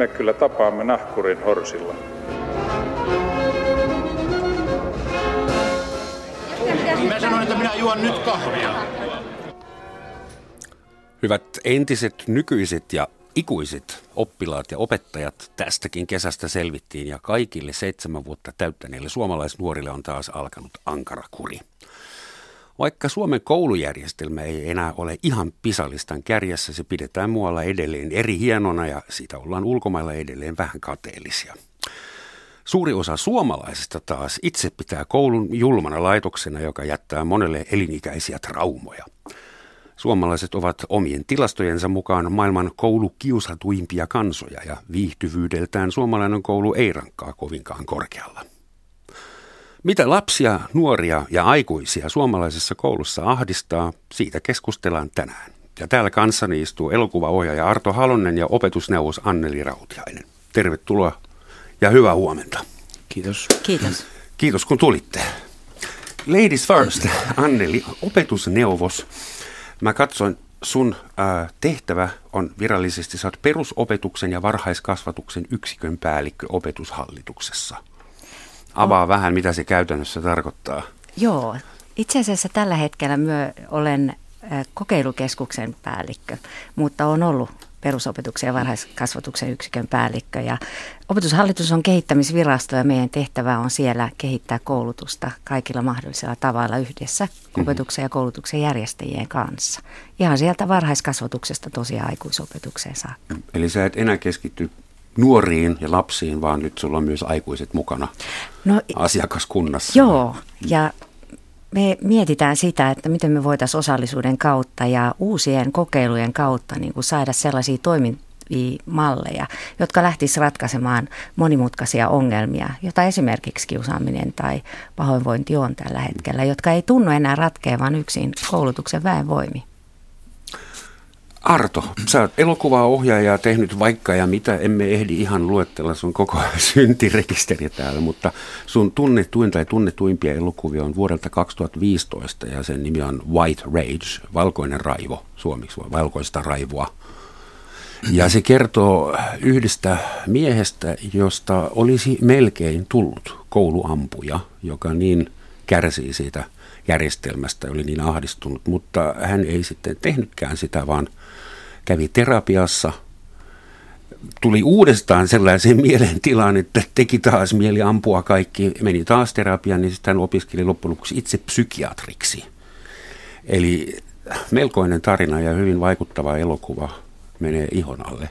me kyllä tapaamme nahkurin horsilla. Mä sanoin, että minä juon nyt kahvia. Hyvät entiset, nykyiset ja ikuiset oppilaat ja opettajat, tästäkin kesästä selvittiin ja kaikille 7 vuotta täyttäneille suomalaisnuorille on taas alkanut ankara kuri. Vaikka Suomen koulujärjestelmä ei enää ole ihan PISA-listan kärjessä, se pidetään muualla edelleen eri hienona ja siitä ollaan ulkomailla edelleen vähän kateellisia. Suuri osa suomalaisista taas itse pitää koulun julmana laitoksena, joka jättää monelle elinikäisiä traumoja. Suomalaiset ovat omien tilastojensa mukaan maailman koulukiusatuimpia kansoja ja viihtyvyydeltään suomalainen koulu ei rankkaa kovinkaan korkealla. Mitä lapsia, nuoria ja aikuisia suomalaisessa koulussa ahdistaa, siitä keskustellaan tänään. Ja täällä kanssani istuu elokuvaohjaaja Arto Halonen ja opetusneuvos Anneli Rautiainen. Tervetuloa ja hyvää huomenta. Kiitos. Kiitos. Kiitos kun tulitte. Ladies first, Anneli, opetusneuvos. Mä katsoin, sun tehtävä on virallisesti, sä oot perusopetuksen ja varhaiskasvatuksen yksikön päällikkö Opetushallituksessa. Avaa vähän, mitä se käytännössä tarkoittaa. Joo, itse asiassa tällä hetkellä olen kokeilukeskuksen päällikkö, mutta on ollut perusopetuksen ja varhaiskasvatuksen yksikön päällikkö. Ja Opetushallitus on kehittämisvirasto ja meidän tehtävä on siellä kehittää koulutusta kaikilla mahdollisilla tavalla yhdessä opetuksen ja koulutuksen järjestäjien kanssa. Ihan sieltä varhaiskasvatuksesta tosiaan aikuisopetukseen saakka. Eli sä et enää keskity nuoriin ja lapsiin, vaan nyt sulla on myös aikuiset mukana asiakaskunnassa. Joo, ja me mietitään sitä, että miten me voitaisiin osallisuuden kautta ja uusien kokeilujen kautta niin kuin saada sellaisia toimivia malleja, jotka lähtisivät ratkaisemaan monimutkaisia ongelmia, joita esimerkiksi kiusaaminen tai pahoinvointi on tällä hetkellä, jotka ei tunnu enää ratkeavan yksin koulutuksen väenvoimi. Arto, sä oot elokuvaohjaaja tehnyt vaikka ja mitä, emme ehdi ihan luettella sun koko syntirekisteri täällä, mutta sun tunnetuimpia elokuvia on vuodelta 2015 ja sen nimi on White Rage, valkoinen raivo, suomeksi valkoista raivoa. Ja se kertoo yhdestä miehestä, josta olisi melkein tullut kouluampuja, joka niin kärsii siitä järjestelmästä, oli niin ahdistunut, mutta hän ei sitten tehnytkään sitä, vaan kävi terapiassa, tuli uudestaan sellaiseen mielentilaan, että teki taas mieli ampua kaikki, meni taas terapiaan, niin sitten hän opiskeli loppujen lopuksi itse psykiatriksi. Eli melkoinen tarina ja hyvin vaikuttava elokuva menee ihon alle.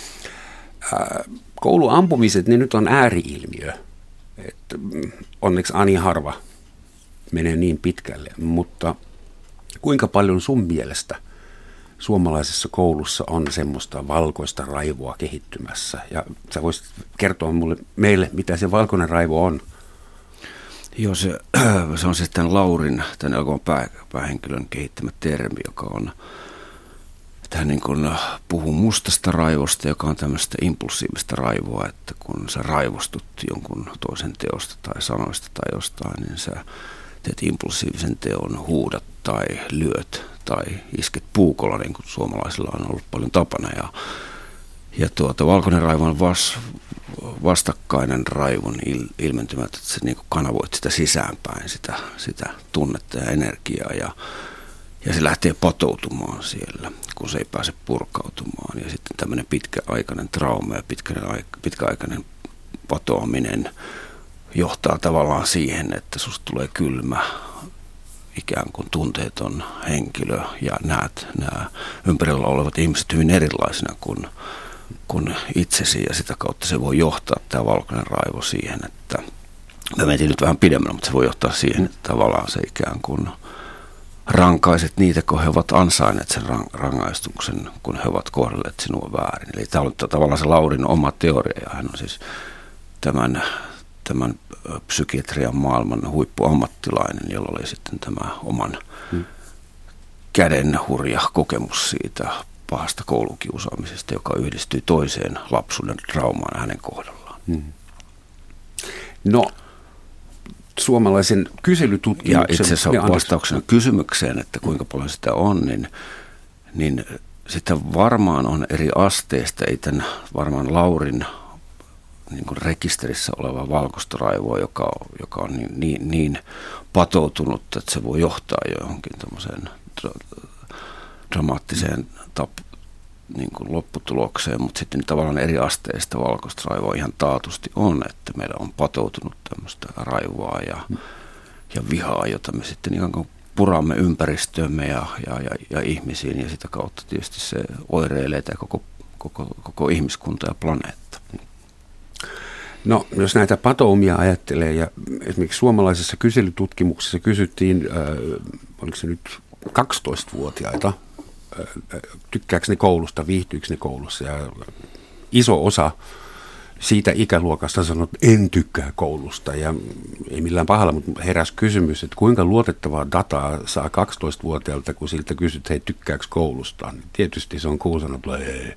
Kouluampumiset, niin nyt on ääri-ilmiö. Että onneksi ani harva menee niin pitkälle, mutta kuinka paljon sun mielestä suomalaisessa koulussa on semmoista valkoista raivoa kehittymässä? Ja sä voisit kertoa meille, mitä se valkoinen raivo on. Joo, se on siis tämän Laurin, tämän elokuvan päähenkilön kehittämä termi, joka on, että hän niin kuin puhuu mustasta raivosta, joka on tämmöistä impulsiivista raivoa, että kun sä raivostut jonkun toisen teosta tai sanoista tai jostain, niin sä teet impulsiivisen teon, huudat tai lyöt tai isket puukolla, niin kuin suomalaisilla on ollut paljon tapana. Ja valkoinen raivo on vastakkainen raivon ilmentymä, että sä niin kuin kanavoit sitä sisäänpäin, sitä tunnetta ja energiaa ja se lähtee patoutumaan siellä, kun se ei pääse purkautumaan. Ja sitten tämmöinen pitkäaikainen trauma ja pitkäaikainen patoaminen johtaa tavallaan siihen, että susta tulee kylmä, ikään kuin tunteeton henkilö ja näet nämä ympärillä olevat ihmiset hyvin erilaisina kuin itsesi ja sitä kautta se voi johtaa tämä valkoinen raivo siihen, että mä mentiin nyt vähän pidemmällä, mutta se voi johtaa siihen, että tavallaan se ikään kuin rankaiset niitä, kun he ovat ansainneet sen rangaistuksen, kun he ovat kohdelleet sinua väärin. Eli tämä on tavallaan se Laurin oma teoria ja hän on siis tämän psykiatrian maailman huippuammattilainen, jolla oli sitten tämä oman käden hurja kokemus siitä pahasta koulukiusaamisesta, joka yhdistyi toiseen lapsuuden traumaan hänen kohdallaan. No, suomalaisen kyselytutkimuksen... Ja itse asiassa vastauksena kysymykseen, että kuinka paljon sitä on, niin sitten varmaan on eri asteista, ei tämän varmaan Laurin niin kuin rekisterissä oleva valkoistoraivoa, joka on niin patoutunut, että se voi johtaa johonkin tämmöiseen dramaattiseen niin kuin lopputulokseen, mutta sitten tavallaan eri asteista valkoista raivoa ihan taatusti on, että meillä on patoutunut tämmöistä raivoa ja vihaa, jota me sitten ikään kuin puramme ympäristöömme ja ihmisiin, ja sitä kautta tietysti se oireilee tämä koko ihmiskunta ja planeetta. No, jos näitä patoumia ajattelee, ja esimerkiksi suomalaisessa kyselytutkimuksessa kysyttiin, oliko se nyt 12-vuotiaita, tykkääkö ne koulusta, viihtyykö ne koulussa, ja iso osa siitä ikäluokasta sanoi, että en tykkää koulusta, ja ei millään pahalla, mutta heräsi kysymys, että kuinka luotettavaa dataa saa 12-vuotiaalta, kun siltä kysyt, hei, tykkääkö koulusta, niin tietysti se on cool sanoa, että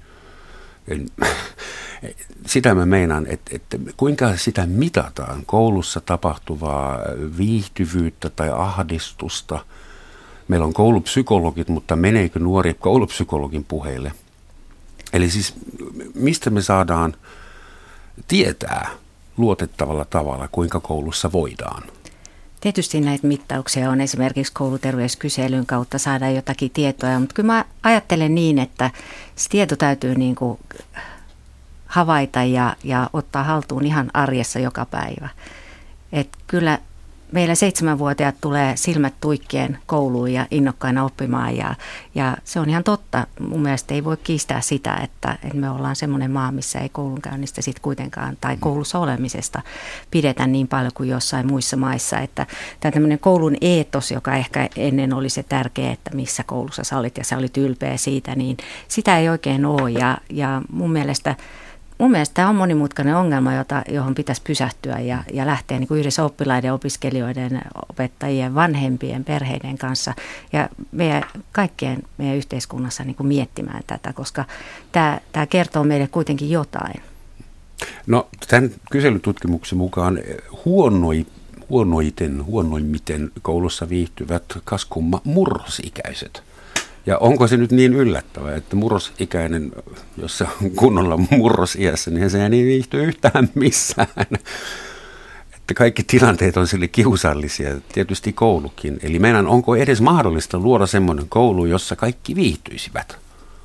sitä mä meinaan, että kuinka sitä mitataan koulussa tapahtuvaa viihtyvyyttä tai ahdistusta. Meillä on koulupsykologit, mutta meneekö nuori koulupsykologin puheille? Eli siis mistä me saadaan tietää luotettavalla tavalla, kuinka koulussa voidaan? Tietysti näitä mittauksia on esimerkiksi kouluterveyskyselyn kautta saada jotakin tietoa, mutta kyllä mä ajattelen niin, että se tieto täytyy niin kuin havaita ja ottaa haltuun ihan arjessa joka päivä. Et kyllä meillä 7-vuotiaat tulee silmät tuikkien kouluun ja innokkaina oppimaan ja se on ihan totta. Mun mielestä ei voi kiistää sitä, että me ollaan semmoinen maa, missä ei koulunkäynnistä sit kuitenkaan tai koulussa olemisesta pidetä niin paljon kuin jossain muissa maissa. Että tämä tämmöinen koulun eetos, joka ehkä ennen oli se tärkeä, että missä koulussa sä olit ja sä olit ylpeä siitä, niin sitä ei oikein ole ja mun mielestä tämä on monimutkainen ongelma, johon pitäisi pysähtyä ja lähteä niin kuin yhdessä oppilaiden, opiskelijoiden, opettajien, vanhempien, perheiden kanssa ja kaikkien meidän yhteiskunnassa niin kuin miettimään tätä, koska tämä kertoo meille kuitenkin jotain. No tämän kyselytutkimuksen mukaan huonoimmiten koulussa viihtyvät kas kumma murrosikäiset. Ja onko se nyt niin yllättävää, että murrosikäinen, jos se on kunnolla murrosiässä, niin se ei niin viihtyy yhtään missään. Että kaikki tilanteet on sille kiusallisia, tietysti koulukin. Eli meidän onko edes mahdollista luoda semmoinen koulu, jossa kaikki viihtyisivät?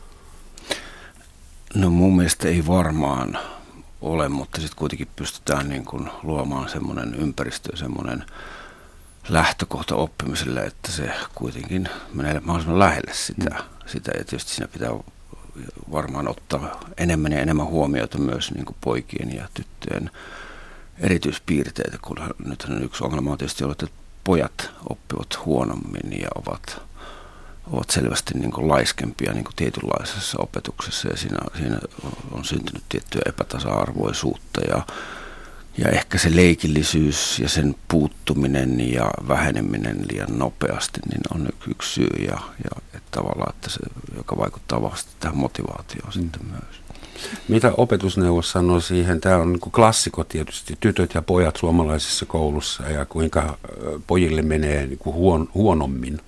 No mun mielestä ei varmaan ole, mutta sitten kuitenkin pystytään niin kuin luomaan semmoinen ympäristö, semmoinen lähtökohta oppimiselle, että se kuitenkin menee mahdollisimman lähelle sitä. Ja tietysti siinä pitää varmaan ottaa enemmän ja enemmän huomiota myös niin kuin poikien ja tyttöjen erityispiirteitä, kun nythän yksi ongelma on tietysti ollut, että pojat oppivat huonommin ja ovat selvästi niin kuin laiskempia niin kuin tietynlaisessa opetuksessa ja siinä on syntynyt tiettyä epätasa-arvoisuutta ja ehkä se leikillisyys ja sen puuttuminen ja väheneminen liian nopeasti niin on yksi syy ja että tavallaan, että se, joka vaikuttaa vahvasti tähän motivaatioon sitten myös. Mitä opetusneuvos sanoo siihen? Tämä on niin kuin klassikko tietysti, tytöt ja pojat suomalaisessa koulussa ja kuinka pojille menee niin kuin huonommin.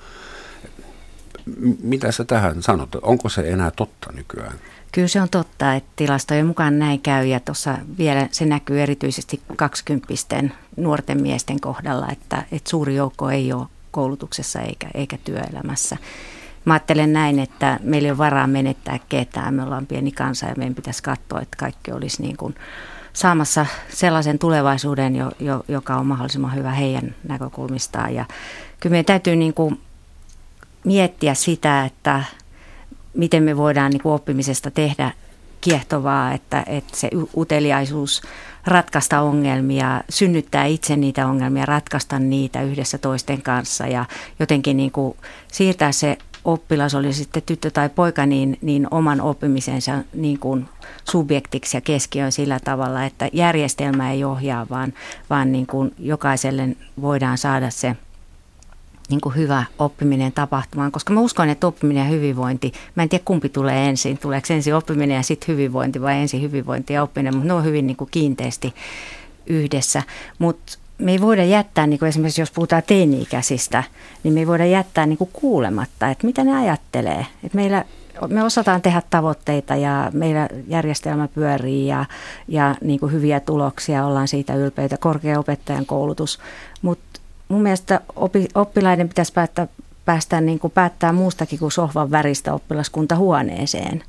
Mitä sä tähän sanot? Onko se enää totta nykyään? Kyllä se on totta, että tilastojen mukaan näin käy ja tuossa vielä se näkyy erityisesti 20-vuotiaiden nuorten miesten kohdalla, että suuri joukko ei ole koulutuksessa eikä työelämässä. Mä ajattelen näin, että meillä ei ole varaa menettää ketään, me ollaan pieni kansa ja meidän pitäisi katsoa, että kaikki olisi niin kuin saamassa sellaisen tulevaisuuden, joka on mahdollisimman hyvä heidän näkökulmistaan ja kyllä meidän täytyy niin kuin miettiä sitä, että miten me voidaan niin kuin oppimisesta tehdä kiehtovaa, että se uteliaisuus ratkaista ongelmia, synnyttää itse niitä ongelmia, ratkaista niitä yhdessä toisten kanssa ja jotenkin niin kuin siirtää se oppilas, oli sitten tyttö tai poika, niin oman oppimisensa niin kuin subjektiksi ja keskiöön sillä tavalla, että järjestelmä ei ohjaa, vaan niin kuin jokaiselle voidaan saada se niin kuin hyvä oppiminen tapahtumaan, koska mä uskon, että oppiminen ja hyvinvointi, mä en tiedä kumpi tulee ensin, tuleeko ensin oppiminen ja sitten hyvinvointi vai ensin hyvinvointi ja oppiminen, mutta ne on hyvin niin kuin kiinteästi yhdessä, mutta me ei voida jättää, niin kuin esimerkiksi jos puhutaan teini-ikäisistä, niin me ei voida jättää niin kuin kuulematta, että mitä ne ajattelee, että meillä me osataan tehdä tavoitteita ja meillä järjestelmä pyörii ja niin kuin hyviä tuloksia, ollaan siitä ylpeitä, korkea opettajan koulutus. Mutta mun mielestä oppilaiden pitäisi päästä niin kuin päättää muustakin kuin sohvan väristä oppilaskuntahuoneeseen.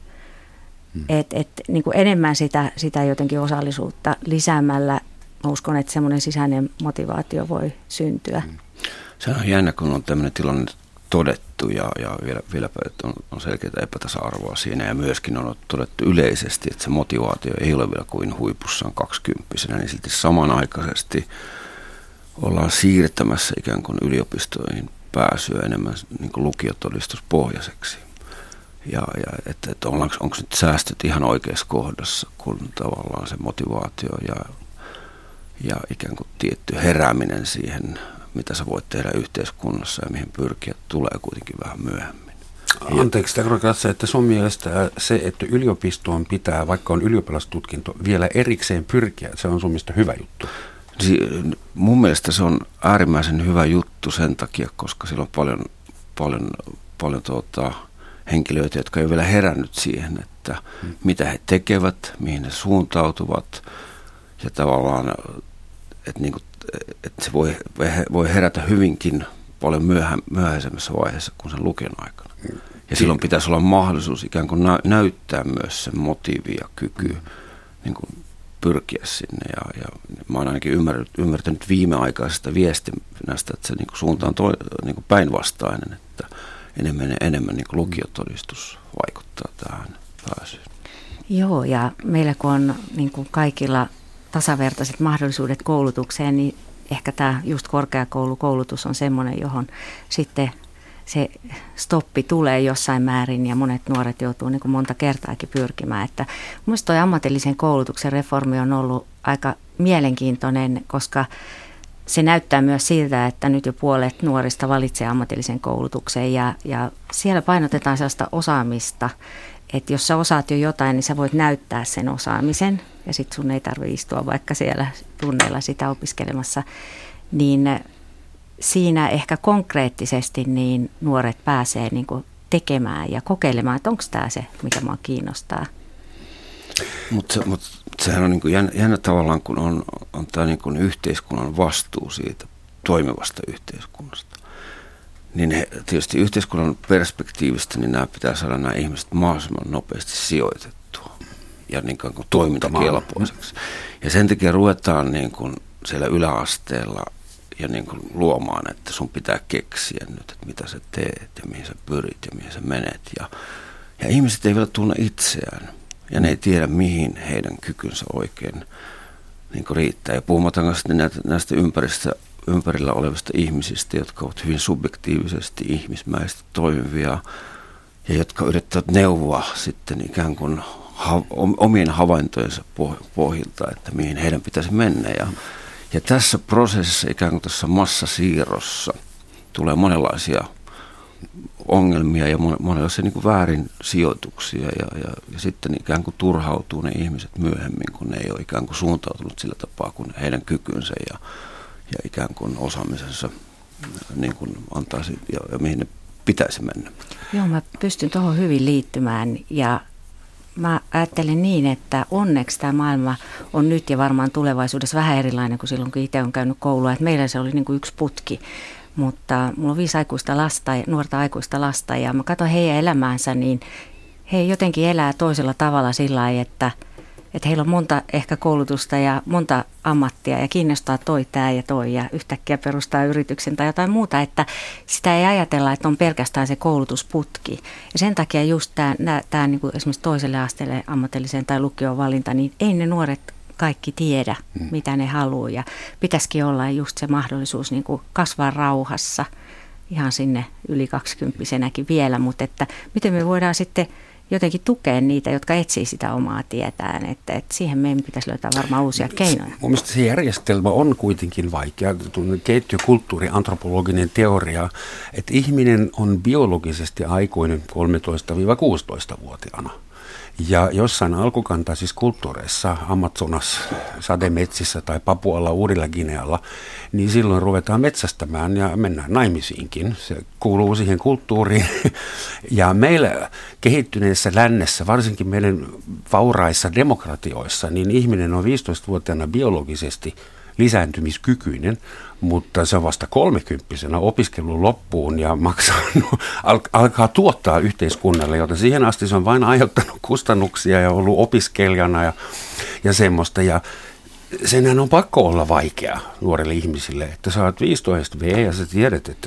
Niin kuin enemmän sitä jotenkin osallisuutta lisäämällä, mä uskon, että semmoinen sisäinen motivaatio voi syntyä. Se on jännä, kun on tämmöinen tilanne todettu ja vieläpä on selkeää epätasa-arvoa siinä ja myöskin on todettu yleisesti, että se motivaatio ei ole vielä kuin huipussaan 20-vuotiaana, niin silti samanaikaisesti ollaan siirtämässä ikään kuin yliopistoihin pääsyä enemmän niin kuin lukiotodistuspohjaiseksi. Ja että onko nyt säästöt ihan oikeassa kohdassa, kun tavallaan se motivaatio ja ikään kuin tietty herääminen siihen, mitä sä voit tehdä yhteiskunnassa ja mihin pyrkiä, tulee kuitenkin vähän myöhemmin. Anteeksi, Katse, että sun mielestä se, että yliopistoon pitää, vaikka on ylioppilastutkinto, vielä erikseen pyrkiä, se on sun mielestä hyvä juttu? Mun mielestä se on äärimmäisen hyvä juttu sen takia, koska siellä on paljon henkilöitä, jotka ei ole vielä herännyt siihen, että mitä he tekevät, mihin he suuntautuvat ja tavallaan, että se voi herätä hyvinkin paljon myöhäisemmässä vaiheessa kuin sen lukion aikana. Ja silloin pitäisi olla mahdollisuus ikään kuin näyttää myös se motiivi ja kyky niin kuin pyrkiä sinne. Ja mä oon ainakin ymmärtänyt viimeaikaisesta viestinnästä, että se niin kuin suunta on niin kuin päinvastainen, että enemmän niin kuin lukiotodistus vaikuttaa tähän pääsyyn. Joo, ja meillä kun on niin kuin kaikilla tasavertaiset mahdollisuudet koulutukseen, niin ehkä tämä just korkeakoulukoulutus on semmoinen, johon sitten se stoppi tulee jossain määrin ja monet nuoret joutuu niin kuin monta kertaakin pyrkimään. Että minusta tuo ammatillisen koulutuksen reformi on ollut aika mielenkiintoinen, koska se näyttää myös siltä, että nyt jo puolet nuorista valitsee ammatillisen koulutuksen ja siellä painotetaan sellaista osaamista, että jos sä osaat jo jotain, niin sä voit näyttää sen osaamisen ja sitten sun ei tarvitse istua vaikka siellä tunneilla sitä opiskelemassa, niin siinä ehkä konkreettisesti niin nuoret pääsee niin kuin tekemään ja kokeilemaan, että onko tämä se, mikä mua kiinnostaa. Mutta sehän on niin kuin jännä tavallaan, kun on tämä niin kuin yhteiskunnan vastuu siitä toimivasta yhteiskunnasta. Niin tietysti yhteiskunnan perspektiivistä niin nämä pitää saada nämä ihmiset mahdollisimman nopeasti sijoitettua ja niin kuin toimintakelpoiseksi. Ja sen takia ruvetaan niin kuin siellä yläasteella ja niin kuin luomaan, että sun pitää keksiä nyt, että mitä sä teet ja mihin sä pyrit ja mihin sä menet. Ja ihmiset ei vielä tunne itseään ja ne ei tiedä, mihin heidän kykynsä oikein niin kuin riittää. Ja puhumataan näistä ympärillä olevista ihmisistä, jotka ovat hyvin subjektiivisesti ihmismäisesti toimivia ja jotka yrittävät neuvoa sitten ikään kuin omien havaintojensa pohjilta, että mihin heidän pitäisi mennä. Ja tässä prosessissa, ikään kuin tässä massasiirrossa, tulee monenlaisia ongelmia ja monenlaisia niin kuin väärin sijoituksia ja sitten ikään kuin turhautuu ne ihmiset myöhemmin, kun ne ei ole ikään kuin suuntautunut sillä tapaa, kun heidän kykynsä ja ikään kuin osaamisensa niin kuin antaisi ja mihin ne pitäisi mennä. Joo, mä pystyn tuohon hyvin liittymään ja mä ajattelen niin, että onneksi tämä maailma on nyt ja varmaan tulevaisuudessa vähän erilainen kuin silloin, kun itse on käynyt koulua. Että meillä se oli niin kuin yksi putki, mutta mulla on 5 nuorta aikuista lasta ja mä katson heidän elämäänsä, niin he jotenkin elää toisella tavalla sillä lailla, että heillä on monta ehkä koulutusta ja monta ammattia ja kiinnostaa tämä ja toi ja yhtäkkiä perustaa yrityksen tai jotain muuta, että sitä ei ajatella, että on pelkästään se koulutusputki. Ja sen takia just tämä niin kuin esimerkiksi toiselle asteelle ammatilliseen tai lukion valinta, niin ei ne nuoret kaikki tiedä, mitä ne haluaa ja pitäisikin olla just se mahdollisuus niin kuin kasvaa rauhassa ihan sinne yli 20-vuotiaanakin vielä, mutta että miten me voidaan sitten jotenkin tukea niitä, jotka etsii sitä omaa tietään, että siihen meidän pitäisi löytää varmaan uusia keinoja. Mun mielestä se järjestelmä on kuitenkin vaikea. Keittiökulttuuri, antropologinen teoria, että ihminen on biologisesti aikuinen 13-16-vuotiaana. Ja jossain alkukantaisissa kulttuureissa, Amazonas, sademetsissä tai Papualla, Uudella Ginealla, niin silloin ruvetaan metsästämään ja mennään naimisiinkin. Se kuuluu siihen kulttuuriin. Ja meillä kehittyneessä lännessä, varsinkin meidän vauraissa demokratioissa, niin ihminen on 15-vuotiaana biologisesti lisääntymiskykyinen, mutta se on vasta 30-vuotiaana opiskelun loppuun ja alkaa tuottaa yhteiskunnalle, joten siihen asti se on vain aiheuttanut kustannuksia ja ollut opiskelijana ja semmoista. Ja senhän on pakko olla vaikea nuorille ihmisille, että sä oot 15 V ja sä tiedät, että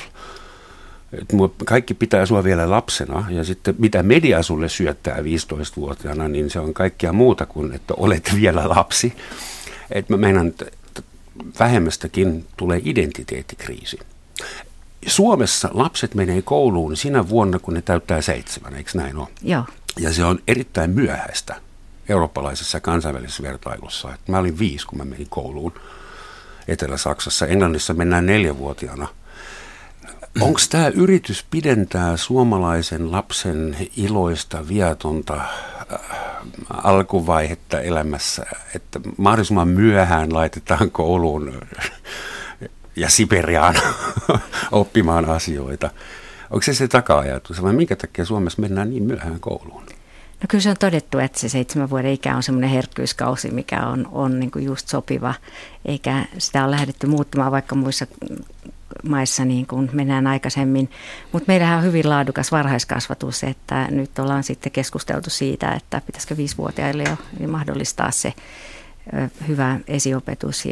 kaikki pitää sua vielä lapsena ja sitten mitä media sulle syöttää 15-vuotiaana, niin se on kaikkea muuta kuin, että olet vielä lapsi. Että mä meinaan, että vähemmästäkin tulee identiteettikriisi. Suomessa lapset menee kouluun sinä vuonna, kun ne täyttää 7, eikö näin ole? Joo. Ja se on erittäin myöhäistä eurooppalaisessa kansainvälisessä vertailussa. Että mä olin 5, kun mä menin kouluun Etelä-Saksassa. Englannissa mennään 4-vuotiaana. Onko tämä yritys pidentää suomalaisen lapsen iloista, viatonta alkuvaihetta elämässä, että mahdollisimman myöhään laitetaan kouluun ja Siperiaan oppimaan asioita? Onko se taka-ajatus vai minkä takia Suomessa mennään niin myöhään kouluun? No kyllä se on todettu, että se 7 vuoden ikä on semmoinen herkkyyskausi, mikä on niin kuin just sopiva, eikä sitä ole lähdetty muuttamaan vaikka muissa maissa niin kuin mennään aikaisemmin. Mutta meillähän on hyvin laadukas varhaiskasvatus, että nyt ollaan sitten keskusteltu siitä, että pitäisikö 5-vuotiaille jo mahdollistaa se hyvä esiopetus.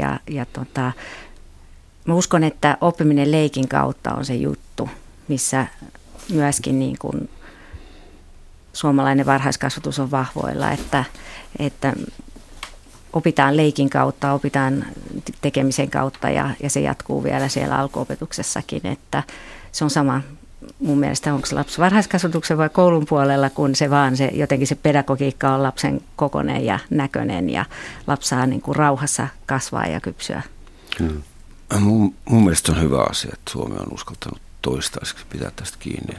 Mä uskon, että oppiminen leikin kautta on se juttu, missä myöskin niin kuin suomalainen varhaiskasvatus on vahvoilla, että opitaan leikin kautta, opitaan tekemisen kautta ja se jatkuu vielä siellä alkuopetuksessakin, että se on sama mun mielestä, onko se lapsi varhaiskasvatuksen vai koulun puolella, kun se vaan jotenkin se pedagogiikka on lapsen kokoinen ja näköinen ja lapsi saa niin kuin rauhassa kasvaa ja kypsyä. Mun mielestä on hyvä asia, että Suomi on uskaltanut toistaiseksi pitää tästä kiinni,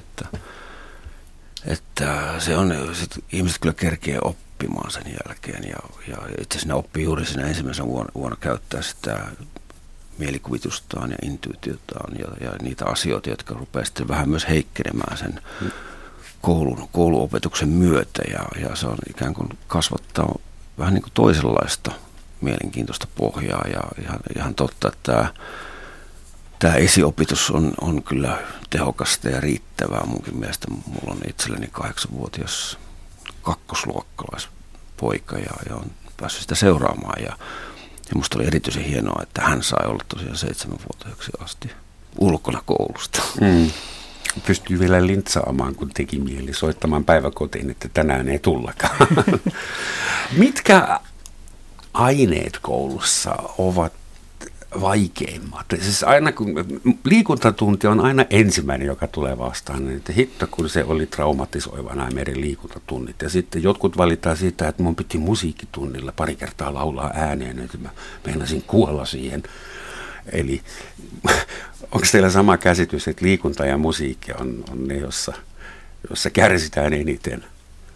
että se on, ihmiset kyllä kerkee oppimaan sen jälkeen ja itse asiassa ne oppii juuri siinä ensimmäisenä vuonna käyttää sitä mielikuvitustaan ja intuitiotaan ja niitä asioita, jotka rupeaa sitten vähän myös heikkenemään sen kouluopetuksen myötä ja se on ikään kuin kasvattaa vähän niin kuin toisenlaista mielenkiintoista pohjaa ja ihan totta, että tämä esiopetus on kyllä tehokasta ja riittävää. Munkin mielestä mulla on itselleni 8-vuotias kakkosluokkalaispoika ja on päässyt sitä seuraamaan. Ja musta oli erityisen hienoa, että hän sai olla tosiaan 7-vuotiaaksi asti ulkona koulusta. Pystyy vielä lintsaamaan, kun teki mieli soittamaan päiväkotiin, että tänään ei tullakaan. Mitkä aineet koulussa ovat vaikeimmat? Siis aina kun liikuntatunti on aina ensimmäinen, joka tulee vastaan, niin että hitto kun se oli traumatisoiva nämä meidän liikuntatunnit. Ja sitten jotkut valitaan siitä, että mun piti musiikkitunnilla pari kertaa laulaa ääneen, että mä meinasin kuolla siihen. Eli onko teillä sama käsitys, että liikunta ja musiikki on ne, jossa kärsitään eniten?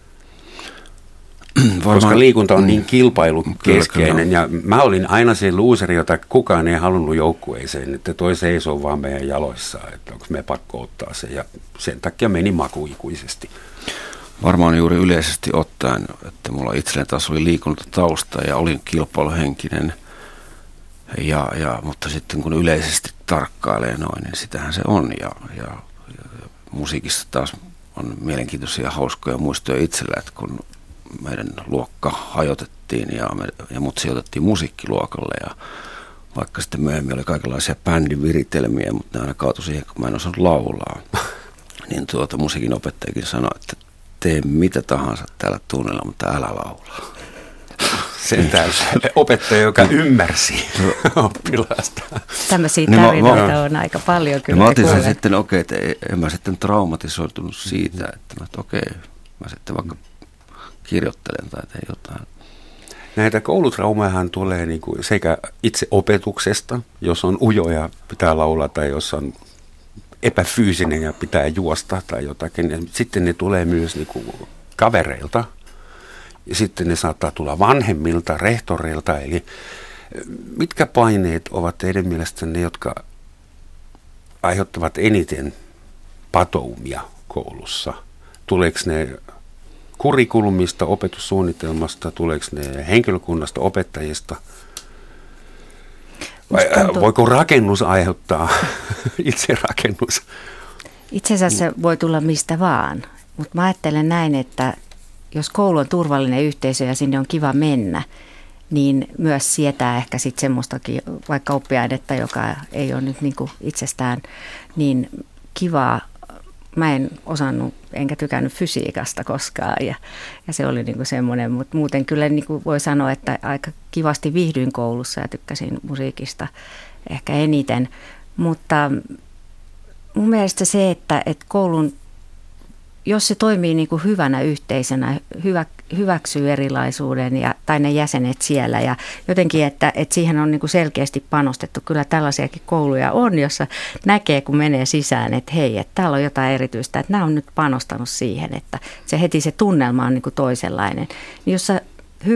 Koska liikunta on niin kilpailukeskeinen ja mä olin aina se looseri, jota kukaan ei halunnut joukkueeseen, että toi seisoo vaan meidän jaloissa, että onko me pakko ottaa se ja sen takia meni makuikuisesti. Varmaan juuri yleisesti ottaen, että mulla itselleni taas oli liikuntatausta ja olin kilpailuhenkinen, mutta sitten kun yleisesti tarkkailee noin, niin sitähän se on ja musiikissa taas on mielenkiintoisia ja hauskoja muistoja itsellä, että kun meidän luokka hajotettiin ja mut sijoitettiin musiikkiluokalle ja vaikka sitten myöhemmin oli kaikenlaisia bändin viritelmiä, mutta ne aina kaatui siihen, kun mä en osannut laulaa. Niin musiikin opettajakin sanoi, että tee mitä tahansa täällä tunnilla, mutta älä laulaa. Sentään opettaja, joka ymmärsi oppilaasta. Tämmöisiä tarinoita on aika paljon kyllä. Mä otin sen sitten, että en mä sitten traumatisoitunut siitä, että mä sitten vaikka kirjoittelen tai teen jotain. Näitä koulutraumahan tulee niin kuin sekä itse opetuksesta, jos on ujo ja pitää laulaa tai jos on epäfyysinen ja pitää juosta tai jotakin. Ja sitten ne tulee myös niin kuin kavereilta, ja sitten ne saattaa tulla vanhemmilta, rehtoreilta. Eli mitkä paineet ovat teidän mielestänne ne, jotka aiheuttavat eniten patoumia koulussa? Tuleeko ne kurikulumista, opetussuunnitelmasta, tuleeko ne henkilökunnasta, opettajista? Vai voiko rakennus aiheuttaa, itse rakennus? Itse asiassa se voi tulla mistä vaan, mutta mä ajattelen näin, että jos koulu on turvallinen yhteisö ja sinne on kiva mennä, niin myös sietää ehkä sitten semmoistakin vaikka oppiainetta, joka ei ole nyt niinku itsestään niin kivaa. Mä en osannut enkä tykännyt fysiikasta koskaan ja se oli niinku semmoinen, mutta muuten kyllä niinku voi sanoa, että aika kivasti viihdyin koulussa ja tykkäsin musiikista ehkä eniten, mutta mun mielestä se, että koulun, jos se toimii niin kuin hyvänä yhteisönä, hyväksyy erilaisuuden tai ne jäsenet siellä ja jotenkin, että siihen on niin kuin selkeästi panostettu. Kyllä tällaisiakin kouluja on, jossa näkee, kun menee sisään, että hei, että täällä on jotain erityistä, että nämä on nyt panostanut siihen, että se tunnelma on niin kuin toisenlainen. Niin jos sä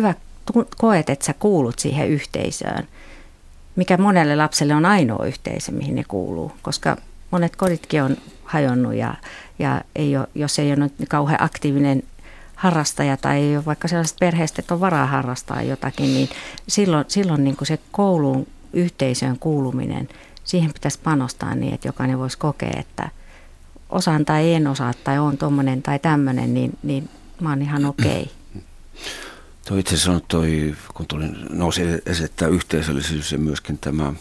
koet, että sä kuulut siihen yhteisöön, mikä monelle lapselle on ainoa yhteisö, mihin ne kuuluu, koska monet koditkin on hajonnut ja ei ole, jos ei ole nyt kauhean aktiivinen harrastaja tai ei ole vaikka sellaiset perheistä, että on varaa harrastaa jotakin, niin silloin niin kuin se kouluun yhteisöön kuuluminen, siihen pitäisi panostaa niin, että jokainen voisi kokea, että osaan tai en osaa tai on tuommoinen tai tämmöinen, niin mä oon ihan okei. Toi itse asiassa kun nousi esittää yhteisöllisyys ja myöskin tämä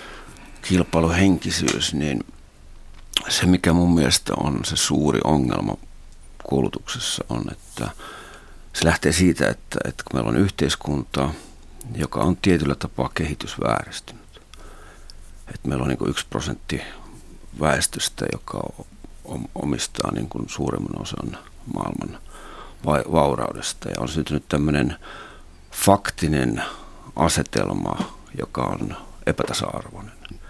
kilpailuhenkisyys, niin se, mikä mun mielestä on se suuri ongelma koulutuksessa on, että se lähtee siitä, että kun meillä on yhteiskunta, joka on tietyllä tapaa kehitysvääristynyt. Että meillä on niin 1% väestöstä, joka omistaa niin kuin suurimman osan maailman vauraudesta. Ja on syntynyt tämmöinen faktinen asetelma, joka on epätasa-arvoinen.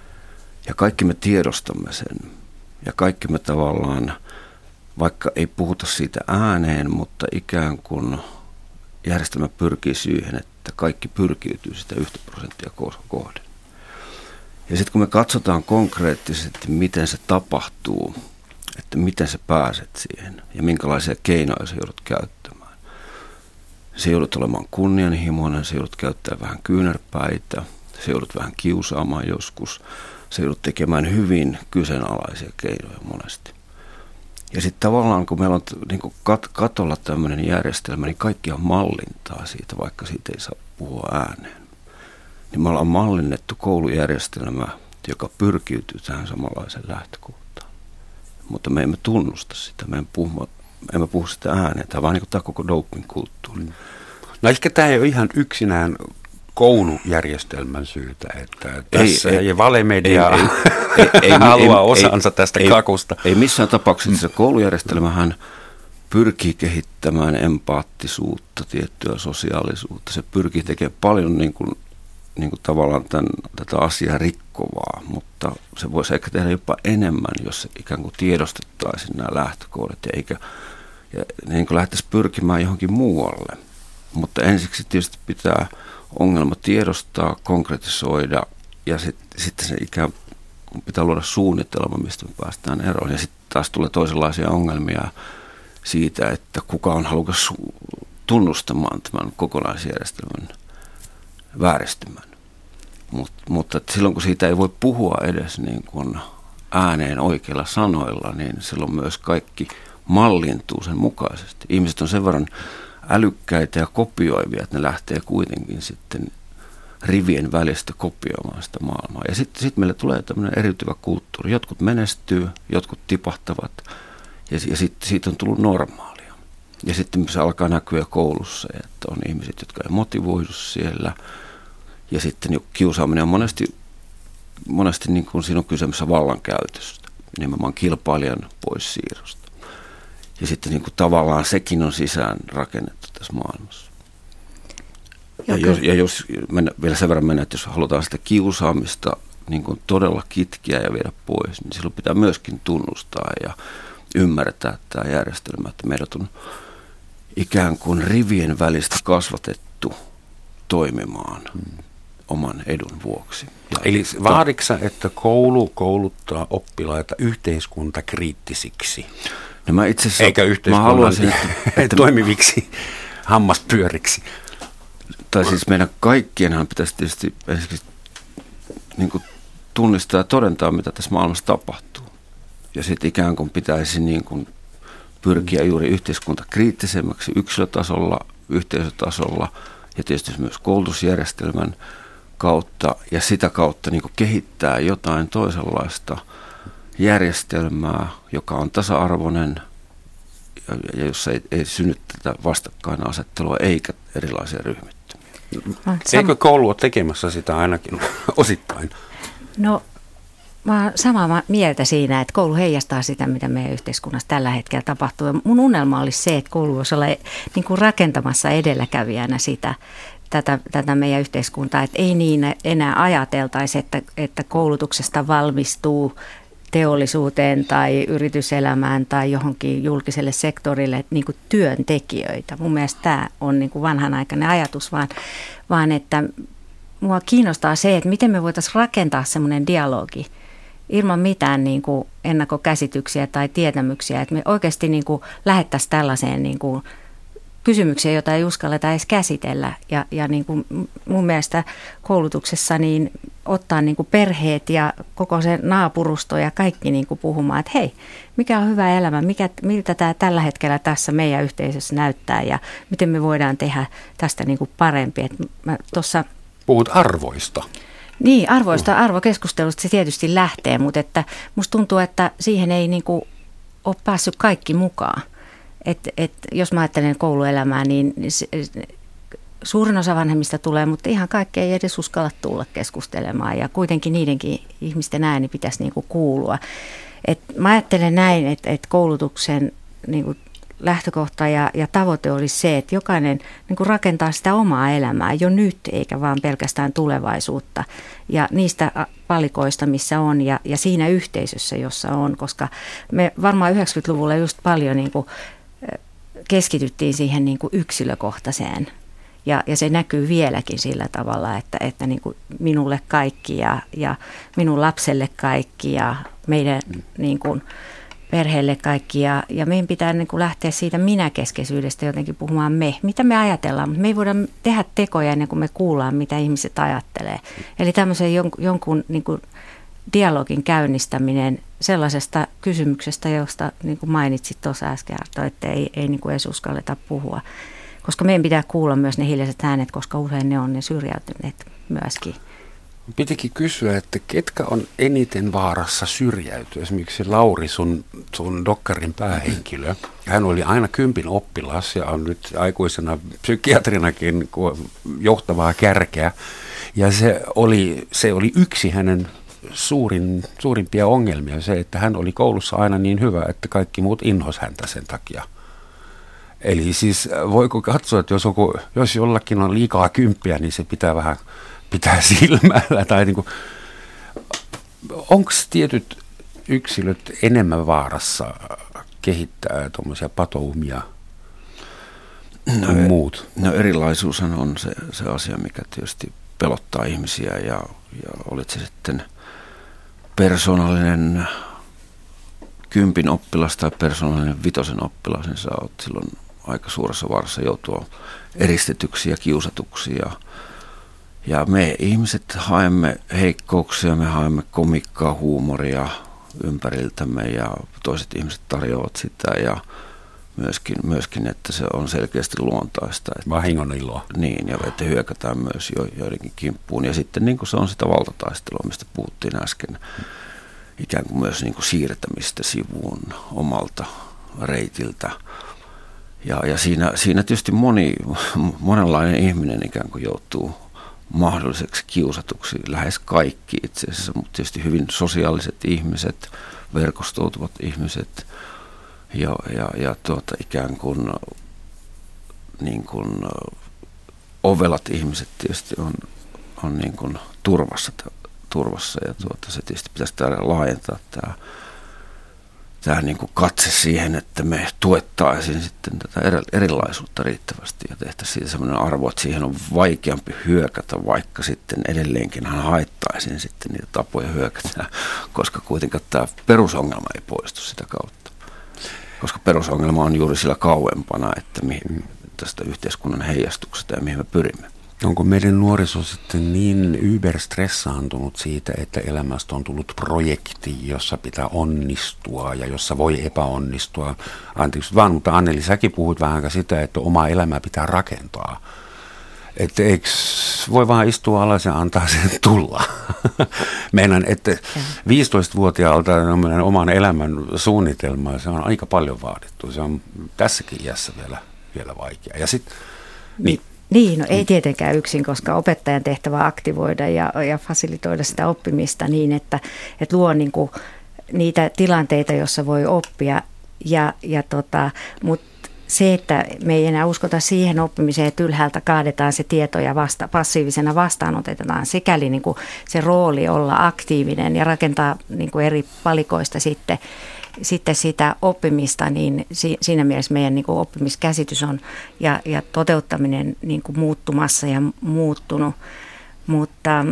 Ja kaikki me tiedostamme sen. Ja kaikki me tavallaan, vaikka ei puhuta siitä ääneen, mutta ikään kuin järjestelmä pyrkii siihen, että kaikki pyrkiytyy sitä 1% kohden. Ja sitten kun me katsotaan konkreettisesti, miten se tapahtuu, että miten sä pääset siihen ja minkälaisia keinoja sä joudut käyttämään. Se joudut olemaan kunnianhimoinen, se joudut käyttämään vähän kyynärpäitä, se joudut vähän kiusaamaan joskus. Se joudut tekemään hyvin kyseenalaisia keinoja monesti. Ja sitten tavallaan, kun meillä on niin kuin katolla tämmöinen järjestelmä, niin kaikkia mallintaa siitä, vaikka siitä ei saa puhua ääneen. Niin me ollaan mallinnettu koulujärjestelmä, joka pyrkiytyy tähän samanlaiseen lähtökohtaan. Mutta me emme tunnusta sitä, emme puhu sitä ääneen. Tämä on vaan niin kuin tämä koko doping-kulttuuri. No ehkä tämä ei ole ihan yksinään koulujärjestelmän syytä, että tässä ei valemedia halua osansa tästä kakusta. Ei missään tapauksessa. Koulujärjestelmähän pyrkii kehittämään empaattisuutta, tiettyä sosiaalisuutta. Se pyrkii tekemään paljon niin kuin tavallaan tätä asiaa rikkovaa, mutta se voisi ehkä tehdä jopa enemmän, jos se ikään kuin tiedostettaisiin nämä lähtökohdat ja niin kuin lähdettäisiin pyrkimään johonkin muualle. Mutta ensiksi tietysti pitää ongelma tiedostaa, konkretisoida ja sitten se ikään kuin pitää luoda suunnitelma, mistä me päästään eroon. Ja sitten taas tulee toisenlaisia ongelmia siitä, että kuka on halukas tunnustamaan tämän kokonaisjärjestelmän vääristymän. Mutta silloin kun siitä ei voi puhua edes niin kuin ääneen oikeilla sanoilla, niin silloin myös kaikki mallintuu sen mukaisesti. Ihmiset on sen verran älykkäitä ja kopioivia, että ne lähtee kuitenkin sitten rivien välistä kopioimaan sitä maailmaa. Ja sitten meille tulee tämmöinen eriytyvä kulttuuri. Jotkut menestyy, jotkut tipahtavat ja sitten siitä on tullut normaalia. Ja sitten se alkaa näkyä koulussa, että on ihmiset, jotka ei motivoidu siellä. Ja sitten kiusaaminen on monesti niin kuin siinä on kysymys vallankäytöstä, nimenomaan kilpailijan poissiirrosta. Ja sitten niin kuin tavallaan sekin on sisään rakennettu tässä maailmassa. Ja jos vielä sen verran mennä, että jos halutaan sitä kiusaamista niin kuin todella kitkiä ja viedä pois, niin silloin pitää myöskin tunnustaa ja ymmärtää tämä järjestelmä, että meidät on ikään kuin rivien välistä kasvatettu toimimaan oman edun vuoksi. Eli vaadiksa, että koulu kouluttaa oppilaita yhteiskuntakriittisiksi? No mä itse asiassa, eikä yhteiskunnan toimiviksi hammaspyöriksi. Tai siis meidän kaikkienhan pitäisi tietysti niin kuin tunnistaa ja todentaa, mitä tässä maailmassa tapahtuu. Ja sitten ikään kuin pitäisi niin kuin pyrkiä juuri yhteiskuntakriittisemmäksi yksilötasolla, yhteisötasolla ja tietysti myös koulutusjärjestelmän kautta ja sitä kautta niin kuin kehittää jotain toisenlaista järjestelmää, joka on tasa-arvoinen ja jossa ei synny tätä vastakkainasettelua eikä erilaisia ryhmittymiä. Eikö koulu ole tekemässä sitä ainakin osittain? No, mä oon samaa mieltä siinä, että koulu heijastaa sitä, mitä meidän yhteiskunnassa tällä hetkellä tapahtuu. Ja mun unelma olisi se, että koulu voisi olla niin kuin rakentamassa edelläkävijänä tätä meidän yhteiskuntaa. Että ei niin enää ajateltaisi, että koulutuksesta valmistuu teollisuuteen tai yrityselämään tai johonkin julkiselle sektorille niin kuin työntekijöitä. Mun mielestä tämä on niin kuin vanhanaikainen ajatus, vaan että mua kiinnostaa se, että miten me voitaisiin rakentaa semmoinen dialogi ilman mitään niin kuin ennakkokäsityksiä tai tietämyksiä, että me oikeasti niin kuin lähettäisiin tällaiseen niin kuin kysymykseen, jota ei uskalleta edes käsitellä. Ja niin kuin mun mielestä koulutuksessa niin ottaa niin kuin perheet ja koko se naapurusto ja kaikki niin kuin puhumaan, että hei, mikä on hyvä elämä, miltä tämä tällä hetkellä tässä meidän yhteisössä näyttää ja miten me voidaan tehdä tästä niin kuin parempi. Puhut arvoista. Niin, arvokeskustelusta se tietysti lähtee, mutta että musta tuntuu, että siihen ei niin kuin ole päässyt kaikki mukaan. Jos mä ajattelen kouluelämää, niin suurin osa vanhemmista tulee, mutta ihan kaikki ei edes uskalla tulla keskustelemaan ja kuitenkin niidenkin ihmisten ääni pitäisi niin kuin kuulua. Mä ajattelen näin, että koulutuksen niin kuin lähtökohta ja tavoite olisi se, että jokainen niin kuin rakentaa sitä omaa elämää jo nyt, eikä vaan pelkästään tulevaisuutta. Ja niistä palikoista, missä on ja siinä yhteisössä, jossa on, koska me varmaan 90-luvulla just paljon niin kuin keskityttiin siihen niin kuin yksilökohtaiseen. Ja se näkyy vieläkin sillä tavalla, että niin kuin minulle kaikki ja minun lapselle kaikki ja meidän niin kuin perheelle kaikki. Ja meidän pitää niin kuin lähteä siitä minäkeskeisyydestä jotenkin puhumaan mitä me ajatellaan. Mutta me ei voida tehdä tekoja ennen kuin me kuullaan, mitä ihmiset ajattelee. Eli tämmöisen jonkun niin kuin dialogin käynnistäminen sellaisesta kysymyksestä, josta niin kuin mainitsit tuossa äsken, että ei niin kuin edes uskalleta puhua. Koska meidän pitää kuulla myös ne hiljaiset äänet, koska usein ne on ne syrjäytyneet myöskin. Pitikin kysyä, että ketkä on eniten vaarassa syrjäytyä? Esimerkiksi Lauri, sun dokkarin päähenkilö. Hän oli aina 10 oppilas ja on nyt aikuisena psykiatrinakin johtavaa kärkeä. Ja se oli yksi hänen suurimpia ongelmia, se, että hän oli koulussa aina niin hyvä, että kaikki muut inhos häntä sen takia. Eli siis voiko katsoa, että jos jollakin on liikaa 10, niin se pitää vähän pitää silmällä. Tai niin kuin, onko tietyt yksilöt enemmän vaarassa kehittää tuommoisia patoumia kuin muut? No erilaisuushan on se asia, mikä tietysti pelottaa ihmisiä ja olit se sitten persoonallinen 10 oppilas tai persoonallinen 5 oppilas, niin sä oot silloin aika suuressa vaarassa joutua eristetyksi ja kiusatuksi. Ja me ihmiset haemme heikkouksia, me haemme komikkaa, huumoria ympäriltämme ja toiset ihmiset tarjoavat sitä ja myöskin, että se on selkeästi luontaista. Vahingon iloa. Niin, ja että hyökätään myös joidenkin kimppuun. Ja sitten niin kuin se on sitä valtataistelua, mistä puhuttiin äsken, ikään kuin myös niin kuin siirtämistä sivuun omalta reitiltä. Ja siinä tietysti monenlainen ihminen ikään kuin joutuu mahdolliseksi kiusatuksi, lähes kaikki itse asiassa, mutta tietysti hyvin sosiaaliset ihmiset, verkostoutuvat ihmiset ja ikään kuin, niin kuin ovelat ihmiset tietysti on niin kuin turvassa ja se tietysti pitäisi laajentaa tämä niin kuin katse siihen, että me tuettaisiin sitten tätä erilaisuutta riittävästi ja tehtäisiin siitä sellainen arvo, että siihen on vaikeampi hyökätä, vaikka sitten edelleenkin haittaisiin sitten niitä tapoja hyökätä, koska kuitenkaan tämä perusongelma ei poistu sitä kautta. Koska perusongelma on juuri sillä kauempana, että tästä yhteiskunnan heijastuksesta ja mihin me pyrimme. Onko meidän nuoriso sitten niin yberstressaantunut siitä, että elämästä on tullut projekti, jossa pitää onnistua ja jossa voi epäonnistua? Anteeksi vaan, mutta Anneli, säkin puhut vähän sitä, että omaa elämää pitää rakentaa. Että eikö voi vaan istua alas ja antaa sen tulla? Meidän, että 15-vuotiaalta oman elämän suunnitelmaa, se on aika paljon vaadittu. Se on tässäkin iässä vielä vaikea. Ja sitten, Niin, no ei tietenkään yksin, koska opettajan tehtävä on aktivoida ja fasilitoida sitä oppimista niin, että luo niin kuin niitä tilanteita, joissa voi oppia. Mutta se, että me ei enää uskota siihen oppimiseen, että ylhäältä kaadetaan se tieto ja passiivisena vastaanotetaan, sikäli niin kuin se rooli olla aktiivinen ja rakentaa niin kuin eri palikoista sitten sitä oppimista, niin siinä mielessä meidän niin kuin oppimiskäsitys on ja toteuttaminen niin kuin muuttumassa ja muuttunut. Mutta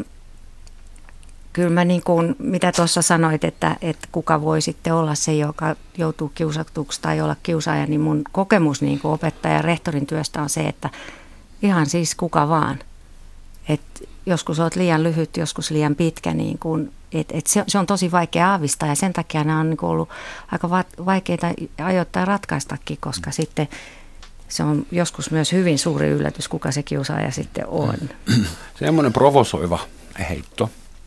kyllä mä niin kuin, mitä tuossa sanoit, että kuka voi sitten olla se, joka joutuu kiusatuksi tai olla kiusaaja, niin mun kokemus niin kuin opettaja ja rehtorin työstä on se, että ihan siis kuka vaan. Että joskus olet liian lyhyt, joskus liian pitkä, niin kuin, se on tosi vaikea aavistaa ja sen takia nämä on niin kuin ollut aika vaikeita ajoittain ratkaistakin, koska sitten se on joskus myös hyvin suuri yllätys, kuka se kiusaaja sitten on. Semmoinen provosoiva heitto.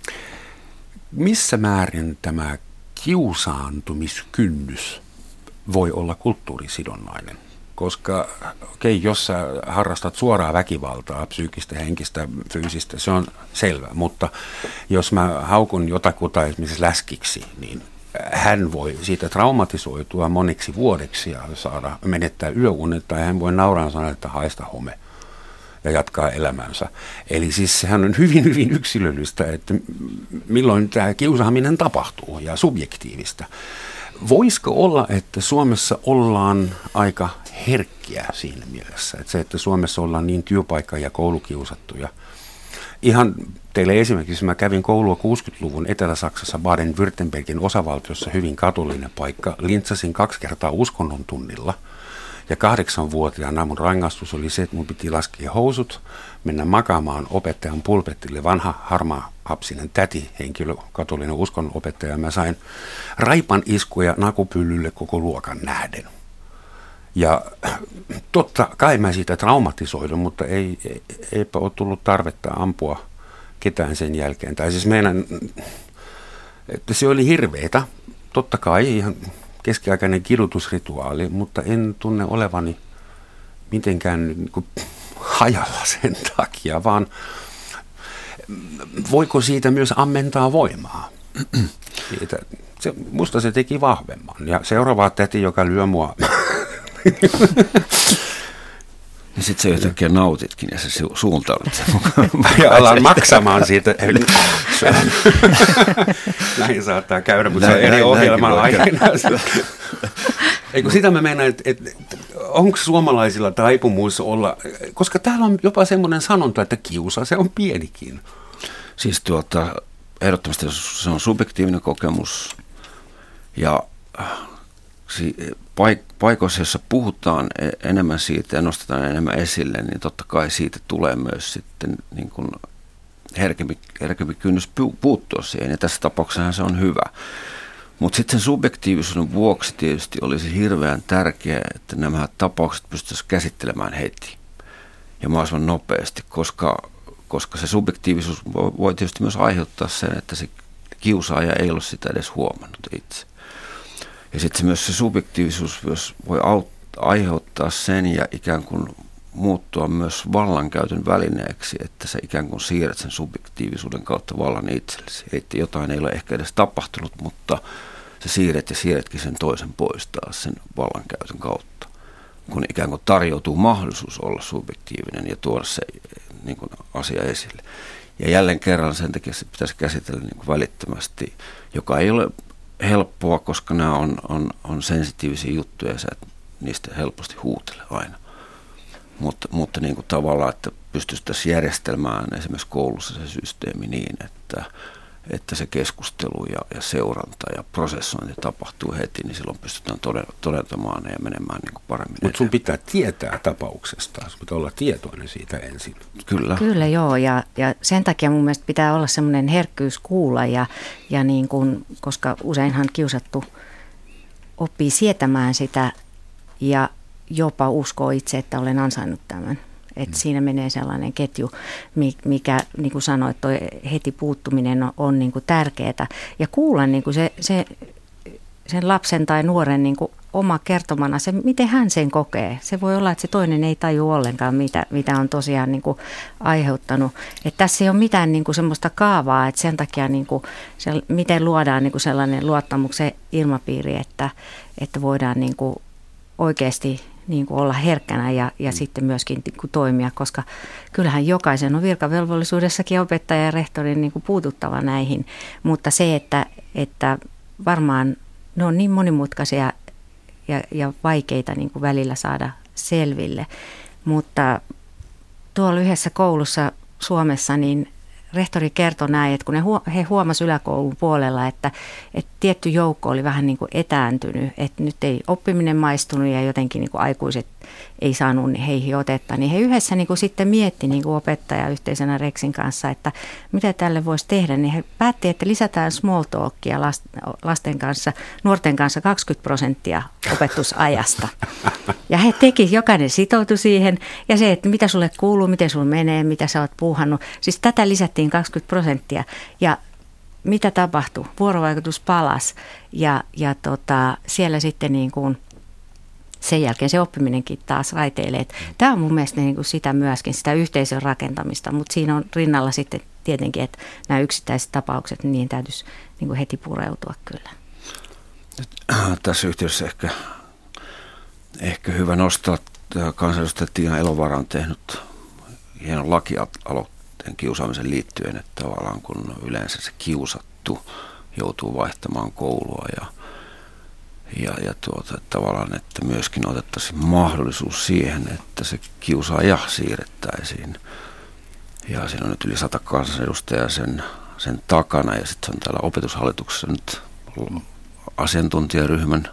Missä määrin tämä kiusaantumiskynnys voi olla kulttuurisidonnainen? Koska jos sä harrastat suoraa väkivaltaa, psyykkistä, henkistä, fyysistä, se on selvä. Mutta jos mä haukun jotakuta esimerkiksi läskiksi, niin hän voi siitä traumatisoitua moniksi vuodeksi ja menettää yöunet, tai hän voi nauraa sanoa, että haista home ja jatkaa elämänsä. Eli siis sehän on hyvin, hyvin yksilöllistä, että milloin tämä kiusaaminen tapahtuu ja subjektiivista. Voisiko olla, että Suomessa ollaan aika herkkiä siinä mielessä, että se, että Suomessa ollaan niin työpaikka- ja koulukiusattuja. Ihan teille esimerkiksi, mä kävin koulua 60-luvun Etelä-Saksassa Baden-Württembergin osavaltiossa, hyvin katolinen paikka. Lintsasin 2 kertaa uskonnon tunnilla. Ja 8-vuotiaana mun rangaistus oli se, että mun piti laskea housut, mennä makaamaan opettajan pulpetille, vanha harmaahapsinen täti-henkilö, katolinen uskonnonopettaja. Mä sain raipan iskuja nakupyllylle koko luokan nähden. Ja totta kai mä siitä traumatisoidun, mutta eipä ole tullut tarvetta ampua ketään sen jälkeen. Tai siis että se oli hirveetä, totta kai ihan keskiaikainen kidutusrituaali, mutta en tunne olevani mitenkään niin kuin hajalla sen takia, vaan voiko siitä myös ammentaa voimaa? Musta se teki vahvemman. Ja seuraava täti, joka lyö mua. Ja sitten sä yhtäkkiä nautitkin ja sä suuntaudut sen ja alan maksamaan siitä. Näin saattaa käydä, mutta se on eri ohjelman aiheena. Eikö sitä mä mennään, että onko suomalaisilla taipumus olla, koska täällä on jopa semmoinen sanonta, että kiusa, se on pienikin. Siis ehdottomasti se on subjektiivinen kokemus ja paikoissa, joissa puhutaan enemmän siitä ja nostetaan enemmän esille, niin totta kai siitä tulee myös sitten niin kuin herkempi kynnys puuttua siihen, ja tässä tapauksessa se on hyvä. Mutta sitten sen subjektiivisuuden vuoksi tietysti olisi hirveän tärkeää, että nämä tapaukset pystyttäisiin käsittelemään heti ja mahdollisimman nopeasti, koska se subjektiivisuus voi tietysti myös aiheuttaa sen, että se kiusaaja ei ole sitä edes huomannut itse. Ja sitten myös se subjektiivisuus voi aiheuttaa sen ja ikään kuin muuttua myös vallankäytön välineeksi, että sä ikään kuin siirrät sen subjektiivisuuden kautta vallan itsellesi. Että jotain ei ole ehkä edes tapahtunut, mutta sä siirretkin sen toisen pois taas sen vallankäytön kautta. Kun ikään kuin tarjoutuu mahdollisuus olla subjektiivinen ja tuoda se niin kuin asia esille. Ja jälleen kerran sen takia se pitäisi käsitellä niin kuin välittömästi, joka ei ole helppoa, koska nämä on sensitiivisiä juttuja ja sä et niistä helposti huutele aina. Mutta niin kuin tavallaan, että pystyttäisiin järjestelmään esimerkiksi koulussa se systeemi niin, että se keskustelu ja seuranta ja prosessointi tapahtuu heti, niin silloin pystytään todentamaan ne ja menemään niin kuin paremmin. Mutta sun pitää tietää tapauksesta, sun pitää olla tietoinen siitä ensin. Kyllä joo, ja sen takia mun mielestä pitää olla semmoinen herkkyys kuulla, ja niin kuin, koska useinhan kiusattu oppii sietämään sitä ja jopa uskoo itse, että olen ansainnut tämän. Että siinä menee sellainen ketju, mikä niin kuin sanoit, toi heti puuttuminen on niin kuin tärkeää. Ja kuulla niin kuin sen lapsen tai nuoren niin kuin oma kertomana se, miten hän sen kokee. Se voi olla, että se toinen ei taju ollenkaan, mitä on tosiaan niin kuin aiheuttanut. Että tässä ei ole mitään niin kuin semmoista kaavaa, että sen takia niin kuin miten luodaan niin kuin sellainen luottamuksen ilmapiiri, että voidaan niin kuin oikeasti niin kuin olla herkkänä ja sitten myöskin niin kuin toimia, koska kyllähän jokaisen on virkavelvollisuudessakin opettaja ja rehtorin niin kuin puututtava näihin, mutta se, että varmaan ne on niin monimutkaisia ja vaikeita niin kuin välillä saada selville, mutta tuolla yhdessä koulussa Suomessa niin rehtori kertoi näin, että kun he huomasivat yläkoulun puolella, että tietty joukko oli vähän niin kuin etääntynyt, että nyt ei oppiminen maistunut ja jotenkin niin kuin aikuiset ei saanut heihin otetta, niin he yhdessä niin kuin sitten mietti niin kuin opettaja yhteisenä Reksin kanssa, että mitä tälle voisi tehdä, niin he päätti, että lisätään small talkia lasten kanssa, nuorten kanssa 20% opetusajasta. Ja he teki, jokainen sitoutui siihen ja se, että mitä sulle kuuluu, miten sulle menee, mitä sä oot puuhannut. Siis tätä lisättiin 20% ja mitä tapahtui? Vuorovaikutus palasi ja siellä sitten niin kuin sen jälkeen se oppiminenkin taas raiteilee. Tämä on mun mielestä niin kuin sitä myöskin, sitä yhteisön rakentamista, mutta siinä on rinnalla sitten tietenkin, että nämä yksittäiset tapaukset, niin niihin täytyisi niin kuin heti pureutua kyllä. Tässä yhteydessä ehkä hyvä nostaa, että kansanedustaja Tiina Elovaara on tehnyt hienon lakialoitteen kiusaamisen liittyen, että tavallaan kun yleensä se kiusattu joutuu vaihtamaan koulua ja tavallaan, että myöskin otettaisiin mahdollisuus siihen, että se kiusaaja siirrettäisiin. Ja siinä on nyt yli 100 kansanedustajaa sen takana ja sitten se on täällä opetushallituksessa nyt asiantuntijaryhmän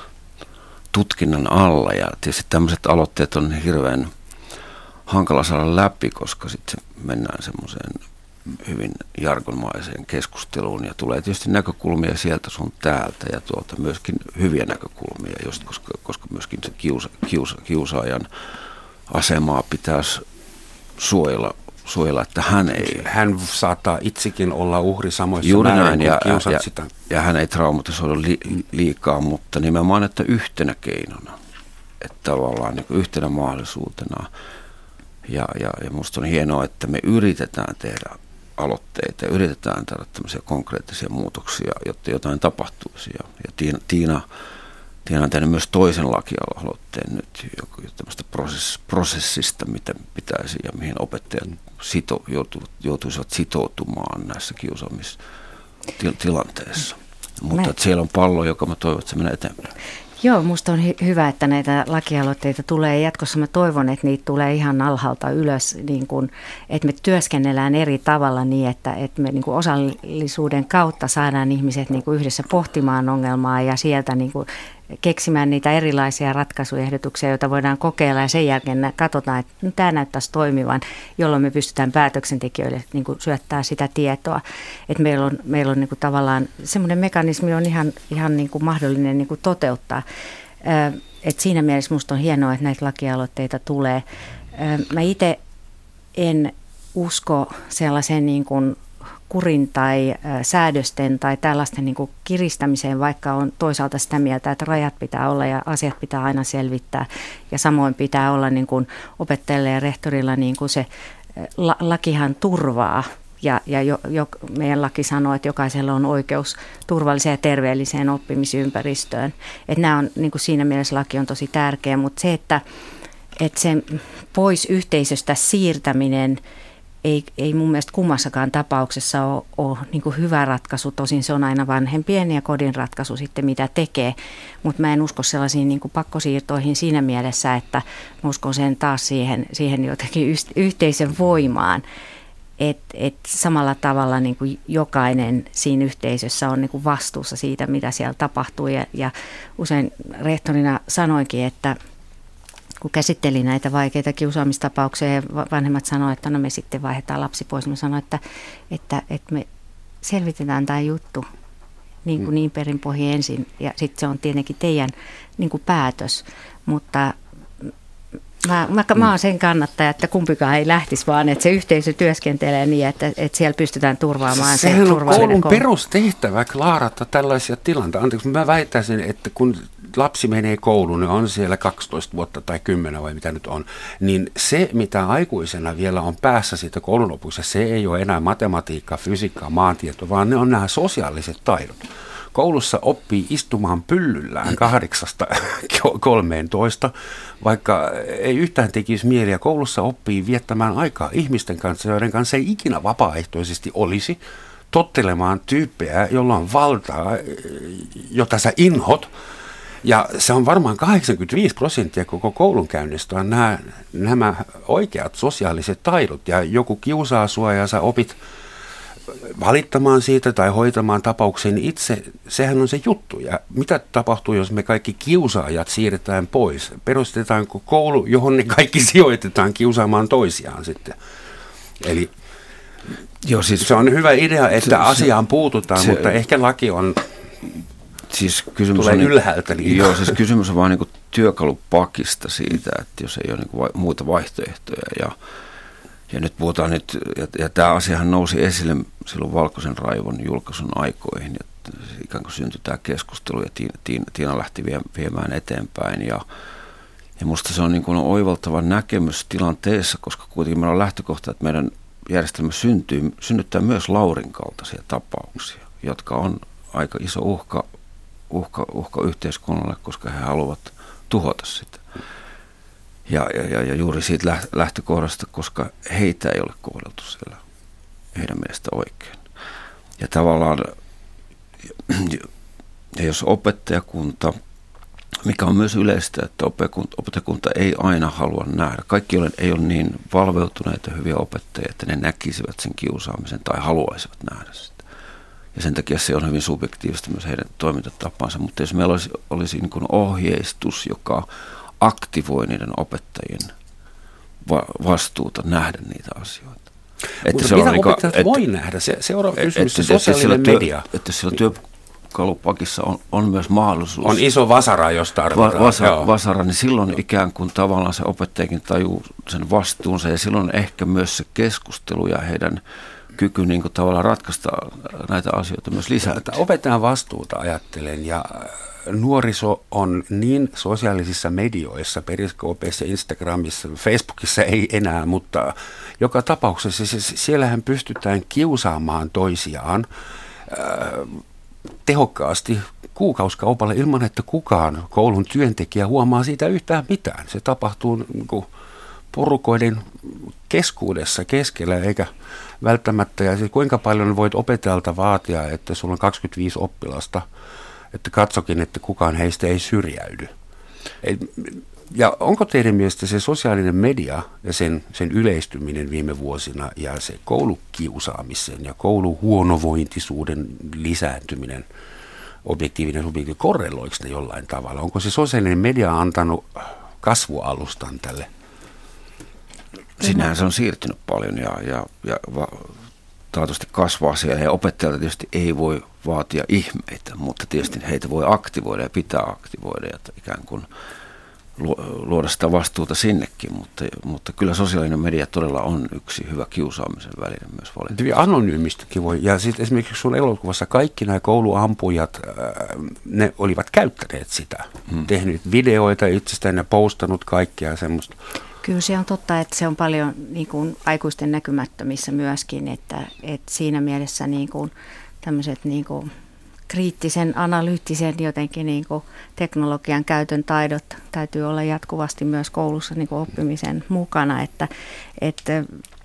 tutkinnan alla. Ja tietysti tämmöiset aloitteet on hirveän hankala saada läpi, koska sitten mennään semmoiseen hyvin jargonmaiseen keskusteluun ja tulee tietysti näkökulmia sieltä sun täältä ja myöskin hyviä näkökulmia, just koska myöskin se kiusaajan asemaa pitäisi suojella, että hän ei... Hän saattaa itsekin olla uhri samoissa juuri määrin, näin, kun kiusat sitä. Ja hän ei traumatisoidu liikaa, mutta nimenomaan, että yhtenä keinona, että tavallaan niin yhtenä mahdollisuutena. Ja musta on hienoa, että me yritetään tehdä aloitteita ja yritetään tehdä tämmöisiä konkreettisia muutoksia, jotta jotain tapahtuisi. Ja Tiina on tehnyt myös toisen lakialoitteen nyt, tämmöistä prosessista, mitä pitäisi ja mihin opettajat joutuisivat sitoutumaan näissä kiusaamistilanteissa. Mutta siellä on pallo, joka mä toivon, että se menee eteenpäin. Joo, musta on hyvä, että näitä lakialoitteita tulee. Jatkossa mä toivon, että niitä tulee ihan alhaalta ylös, niin kun, että me työskennellään eri tavalla niin, että me niin kun osallisuuden kautta saadaan ihmiset niin kun yhdessä pohtimaan ongelmaa ja sieltä niin kun keksimään niitä erilaisia ratkaisuehdotuksia, joita voidaan kokeilla ja sen jälkeen katsotaan, että tämä näyttäisi toimivan, jolloin me pystytään päätöksentekijöille niin kuin syöttää sitä tietoa. Että meillä on niin kuin tavallaan semmoinen mekanismi on ihan niin kuin mahdollinen niin kuin toteuttaa. Et siinä mielessä musta on hienoa, että näitä lakialoitteita tulee. Mä itse en usko sellaisen niin kuin kurin tai säädösten tai tällaisten niin kuin kiristämiseen, vaikka on toisaalta sitä mieltä, että rajat pitää olla ja asiat pitää aina selvittää. Ja samoin pitää olla niin kuin opettajilla ja rehtorilla niin kuin se lakihan turvaa. Ja meidän laki sanoo, että jokaisella on oikeus turvalliseen ja terveelliseen oppimisympäristöön. Että nämä on, niin kuin siinä mielessä laki on tosi tärkeä, mutta se, että sen pois yhteisöstä siirtäminen ei mun mielestä kummassakaan tapauksessa ole niin kuin hyvä ratkaisu. Tosin se on aina vanhempien ja kodin ratkaisu sitten, mitä tekee. Mutta mä en usko sellaisiin niin kuin pakkosiirtoihin siinä mielessä, että mä uskon sen taas siihen jotenkin yhteisön voimaan. Et samalla tavalla niin kuin jokainen siinä yhteisössä on niin kuin vastuussa siitä, mitä siellä tapahtuu. Ja usein rehtorina sanoinkin, että kun käsittelin näitä vaikeita kiusaamistapauksia ja vanhemmat sanoivat, että no me sitten vaihdetaan lapsi pois, mä sanoin, että me selvitetään tämä juttu niin perin pohjin ensin ja sitten se on tietenkin teidän niin kuin päätös, mutta mä oon sen kannattaja, että kumpikaan ei lähtisi, vaan että se yhteisö työskentelee niin, että siellä pystytään turvaamaan se turvallinen koulu. Sehän on koulun perustehtävä klaarata tällaisia tilanteita. Anteeksi, mä väittäisin, että kun lapsi menee kouluun, niin on siellä 12 vuotta tai 10 vai mitä nyt on, niin se, mitä aikuisena vielä on päässä siitä koulun lopussa, se ei ole enää matematiikkaa, fysiikkaa, maantieto, vaan ne on nämä sosiaaliset taidot. Koulussa oppii istumaan pyllyllään 8–13, vaikka ei yhtään tekisi mieliä. Koulussa oppii viettämään aikaa ihmisten kanssa, joiden kanssa ei ikinä vapaaehtoisesti olisi, tottelemaan tyyppejä, jolla on valtaa, jota sä inhot. Ja se on varmaan 85% koko koulunkäynnistä on nämä oikeat sosiaaliset taidot. Ja joku kiusaa sua ja sä opit valittamaan siitä tai hoitamaan tapauksen itse, sehän on se juttu. Ja mitä tapahtuu, jos me kaikki kiusaajat siirretään pois? Perustetaanko koulu, johon ne kaikki sijoitetaan kiusaamaan toisiaan sitten? Eli siis se on hyvä idea, että asiaan puututaan, mutta ehkä laki on siis kysymys tulee on ylhäältä. Joo, siis kysymys on vaan niin kuin työkalupakista siitä, että jos ei ole niin kuin muita vaihtoehtoja. Ja nyt puhutaan ja tämä asiahan nousi esille silloin Valkoisen raivon julkaisun aikoihin, että ikään kuin syntyi tämä keskustelu ja Tiina lähti viemään eteenpäin. Ja musta se on niin kuin oivaltava näkemys tilanteessa, koska kuitenkin meillä on lähtökohta, että meidän järjestelmä synnyttää myös Laurin kaltaisia tapauksia, jotka on aika iso uhka yhteiskunnalle, koska he haluavat tuhota sitä. Ja juuri siitä lähtökohdasta, koska heitä ei ole kohdeltu siellä heidän mielestä oikein. Ja tavallaan, ja jos opettajakunta, mikä on myös yleistä, että opettajakunta ei aina halua nähdä. Kaikki ei ole niin valveutuneita hyviä opettajia, että ne näkisivät sen kiusaamisen tai haluaisivat nähdä sitä. Ja sen takia se on hyvin subjektiivista myös heidän toimintatapansa. Mutta jos meillä olisi niin kuin ohjeistus, joka aktivoi niiden opettajien vastuuta nähdä niitä asioita. Mutta mitä opettajat voi nähdä? Seuraava kysymys on sosiaalinen media. Että sillä työkalupakissa on myös mahdollisuus. On iso vasara, jos tarvitaan. Vasara, niin silloin ikään kuin tavallaan se opettajakin tajuu sen vastuunsa ja silloin ehkä myös se keskustelu ja heidän kyky niin kuin tavallaan ratkaista näitä asioita myös lisätä. Opettajan vastuuta ajattelen ja nuoriso on niin sosiaalisissa medioissa, Periskopeissa, Instagramissa, Facebookissa ei enää, mutta joka tapauksessa siellähän pystytään kiusaamaan toisiaan tehokkaasti kuukausikaupalla ilman, että kukaan koulun työntekijä huomaa siitä yhtään mitään. Se tapahtuu niin kuin porukoiden keskuudessa keskellä, eikä välttämättä, ja siis kuinka paljon voit opettajalta vaatia, että sulla on 25 oppilasta, että katsokin, että kukaan heistä ei syrjäydy. Ja onko teidän mielestä se sosiaalinen media ja sen yleistyminen viime vuosina ja se koulukiusaamisen ja kouluhuonovointisuuden lisääntyminen, objektiivinen subjektiivinen, korreloiko ne jollain tavalla? Onko se sosiaalinen media antanut kasvualustan tälle? Sinähän se on siirtynyt paljon ja taatusti kasvaa siellä. Ja opettajalta tietysti ei voi vaatia ihmeitä, mutta tietysti heitä voi aktivoida ja pitää aktivoida ja ikään kuin luoda sitä vastuuta sinnekin. Mutta kyllä sosiaalinen media todella on yksi hyvä kiusaamisen väline myös valita. Anonyymistäkin voi. Ja sitten esimerkiksi sun elokuvassa kaikki nämä kouluampujat, ne olivat käyttäneet sitä. Tehnyt videoita itsestään ja postannut kaikkea semmoista. Kyllä se on totta, että se on paljon niin kuin aikuisten näkymättömissä myöskin, että siinä mielessä niin kuin tämmöiset niin kuin kriittisen, analyyttisen jotenkin niin kuin teknologian käytön taidot täytyy olla jatkuvasti myös koulussa niin kuin oppimisen mukana, että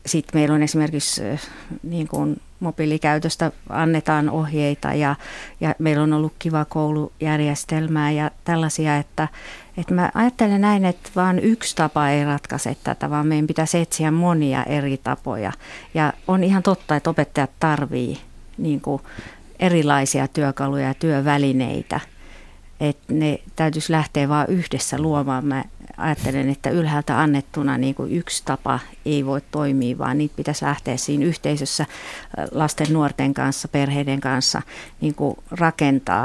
sitten meillä on esimerkiksi niin kuin mobiilikäytöstä annetaan ohjeita ja meillä on ollut kiva koulujärjestelmää ja tällaisia, että mä ajattelen näin, että vaan yksi tapa ei ratkaise tätä, vaan meidän pitäisi etsiä monia eri tapoja. Ja on ihan totta, että opettajat tarvii niin kuin erilaisia työkaluja ja työvälineitä, että ne täytyisi lähteä vaan yhdessä luomaan. Mä ajattelen, että ylhäältä annettuna niin kuin yksi tapa ei voi toimia, vaan niitä pitäisi lähteä siinä yhteisössä lasten, nuorten kanssa, perheiden kanssa niin kuin rakentaa.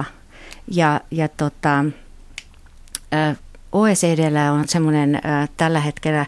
OECDllä on semmoinen tällä hetkellä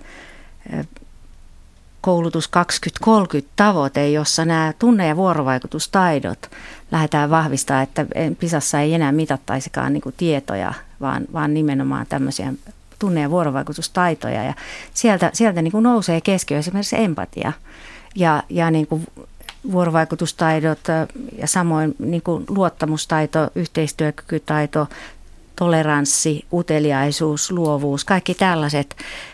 koulutus 2030 tavoite, jossa nämä tunne- ja vuorovaikutustaidot lähdetään vahvistamaan, että PISassa ei enää mitattaisikaan niin kuin tietoja, vaan nimenomaan tämmöisiä tunne- ja vuorovaikutustaitoja. Ja sieltä niin kuin nousee keskiöön esimerkiksi empatia ja niin kuin vuorovaikutustaidot ja samoin niin kuin luottamustaito, yhteistyökykytaito, toleranssi, uteliaisuus, luovuus, kaikki tällaiset,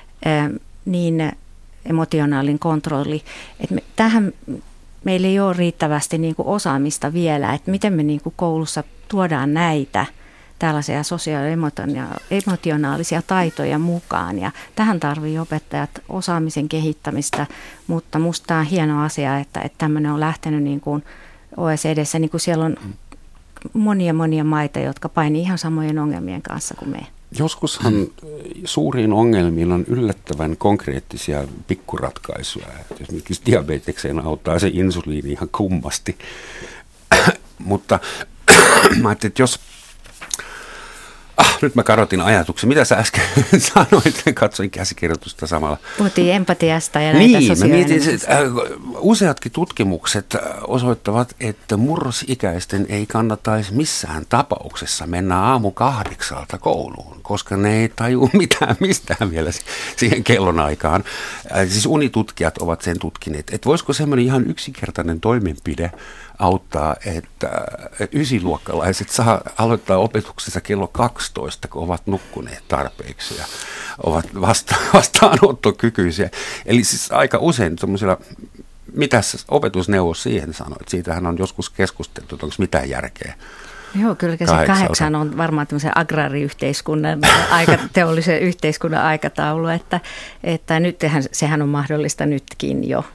niin emotionaalinen kontrolli. Tähän meillä ei ole riittävästi niin kuin osaamista vielä, että miten me niin kuin koulussa tuodaan näitä tällaisia sosiaali-emotionaalisia taitoja mukaan. Ja tähän tarvitsee opettajat osaamisen kehittämistä, mutta musta tämä on hieno asia, että tämmöinen on lähtenyt niin kuin OECDssä, niin kuin siellä on monia maita, jotka painii ihan samojen ongelmien kanssa kuin me. Joskushan suuriin ongelmiin on yllättävän konkreettisia pikkuratkaisuja. Esimerkiksi diabetekseen auttaa se insuliini ihan kummasti. Mutta mä ajattelin, että jos... nyt mä kadotin ajatuksen. Mitä sä äsken sanoit? Katsoin käsikirjoitusta samalla. Puhuttiin empatiasta ja näitä useatkin tutkimukset osoittavat, että murrosikäisten ei kannattaisi missään tapauksessa mennä aamu 8 kouluun, koska ne ei tajua mitään mistään vielä siihen kellonaikaan. Siis unitutkijat ovat sen tutkineet, että voisiko semmoinen ihan yksinkertainen toimenpide auttaa, että ysiluokkalaiset saa aloittaa opetuksensa kello 12, kun ovat nukkuneet tarpeeksi ja ovat vastaanottokykyisiä. Eli siis aika usein semmoisilla, mitä opetusneuvos siihen sanoi, että siitähän on joskus keskusteltu, että onko mitään järkeä. Joo, kyllä se 8 on varmaan tämmöisen agraariyhteiskunnan, teollisen yhteiskunnan aikataulu, että nyt sehän on mahdollista nytkin jo,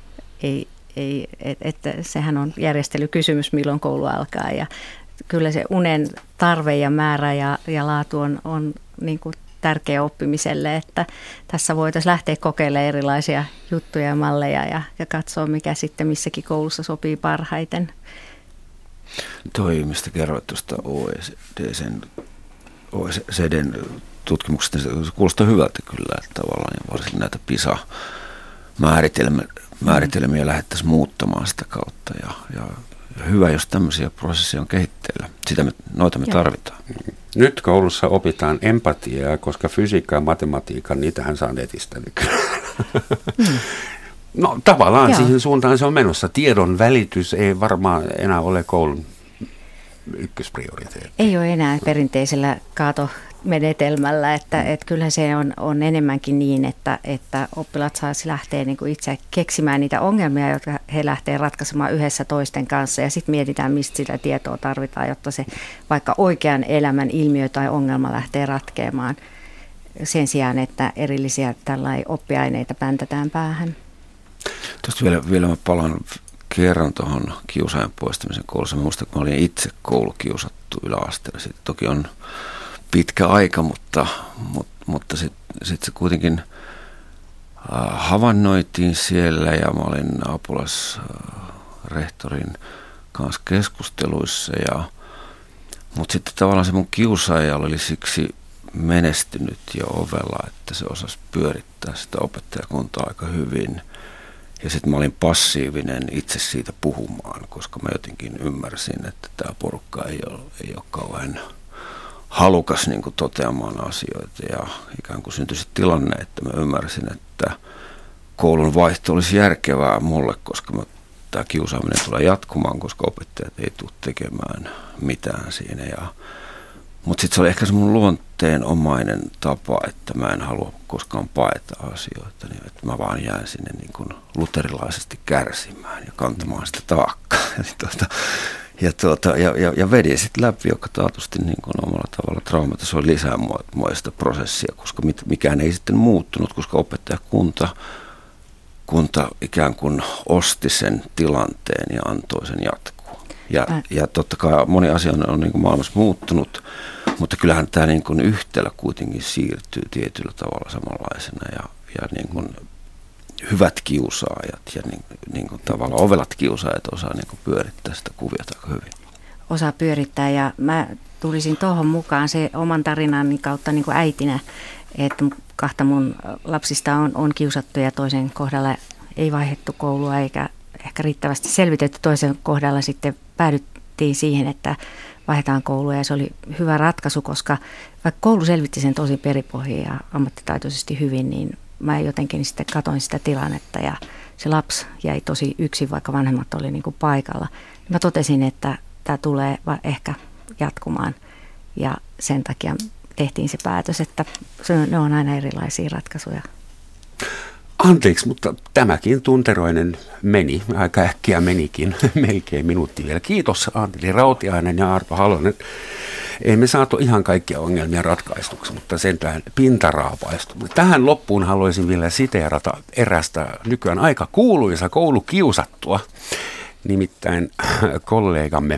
että sehän on järjestelykysymys, milloin koulu alkaa ja kyllä se unen tarve ja määrä ja laatu on niin kuin tärkeä oppimiselle, että tässä voitaisiin lähteä kokeilemaan erilaisia juttuja ja malleja ja katsoa, mikä sitten missäkin koulussa sopii parhaiten. Toi, mistä kerroit tuosta OECDn tutkimuksesta, se kuulostaa hyvältä kyllä, että tavallaan ja varsinkin näitä PISA-määritelmiä lähdettäisiin muuttamaan sitä kautta ja hyvä, jos tämmöisiä prosesseja on kehitteillä. Noita me tarvitaan. Nyt koulussa opitaan empatiaa, koska fysiikka ja matematiikka, niitähän saa netistä nykyään. No tavallaan siihen suuntaan se on menossa. Tiedon välitys ei varmaan enää ole koulun ykkösprioriteetti. Ei ole enää perinteisellä kaatomenetelmällä, että kyllä se on enemmänkin niin, että oppilaat saisi lähteä niin kuin itse keksimään niitä ongelmia, jotka he lähtee ratkaisemaan yhdessä toisten kanssa ja sitten mietitään, mistä sitä tietoa tarvitaan, jotta se vaikka oikean elämän ilmiö tai ongelma lähtee ratkeamaan sen sijaan, että erillisiä tällaisia oppiaineita päntätään päähän. Tuosta vielä mä palaan kerran tuohon kiusaajan poistamisen koulussa. Mä muistan, kun mä olin itse koulukiusattu yläasteella. Sitten toki on pitkä aika, mutta sitten se kuitenkin havainnoitiin siellä ja mä olin apulasrehtorin kanssa keskusteluissa. Mutta sitten tavallaan se mun kiusaaja oli siksi menestynyt jo ovella, että se osasi pyörittää sitä opettajakuntaa aika hyvin. Ja sitten mä olin passiivinen itse siitä puhumaan, koska mä jotenkin ymmärsin, että tämä porukka ei ole kauhean halukas niin kuin toteamaan asioita. Ja ikään kuin syntyi se tilanne, että mä ymmärsin, että koulun vaihto olisi järkevää mulle, koska tämä kiusaaminen tulee jatkumaan, koska opettajat ei tule tekemään mitään siinä. Ja Mutta sitten se oli ehkä se mun luonteenomainen tapa, että mä en halua koskaan paeta asioita, niin että mä vaan jään sinne niin kuin luterilaisesti kärsimään ja kantamaan sitä taakkaa. Ja vedin sitten läpi, joka taatusti niin kuin omalla tavalla traumatisoi lisää mua sitä prosessia, koska mikään ei sitten muuttunut, koska opettajakunta ikään kuin osti sen tilanteen ja antoi sen jatkua. Ja totta kai moni asia on niin kuin maailmassa muuttunut, mutta kyllähän tämä niin kuin yhtälö kuitenkin siirtyy tietyllä tavalla samanlaisena ja niin kuin hyvät kiusaajat ja niin kuin tavallaan ovelat kiusaajat osaa niin kuin pyörittää sitä kuviota aika hyvin. Osaa pyörittää ja mä tulisin tuohon mukaan se oman tarinani kautta niin kuin äitinä, että kahta mun lapsista on kiusattu ja toisen kohdalla ei vaihdettu koulua eikä ehkä riittävästi selvitetty. Toisen kohdalla sitten päädyttiin siihen, että vaihdetaan koulua ja se oli hyvä ratkaisu, koska vaikka koulu selvitti sen tosi peripohjia ja ammattitaitoisesti hyvin, niin mä jotenkin sitten katoin sitä tilannetta ja se lapsi jäi tosi yksin, vaikka vanhemmat oli niin kuin paikalla. Mä totesin, että tämä tulee ehkä jatkumaan ja sen takia tehtiin se päätös, että ne on aina erilaisia ratkaisuja. Anteeksi, mutta tämäkin tunteroinen meni, aika äkkiä menikin, melkein minuutti vielä. Kiitos Anteli Rautiainen ja Arto Halonen. Ei me saatu ihan kaikkia ongelmia ratkaistuksi, mutta sentään pintaraapaistu. Tähän loppuun haluaisin vielä siteerata erästä nykyään aika kuuluisa koulukiusattua, nimittäin kollegamme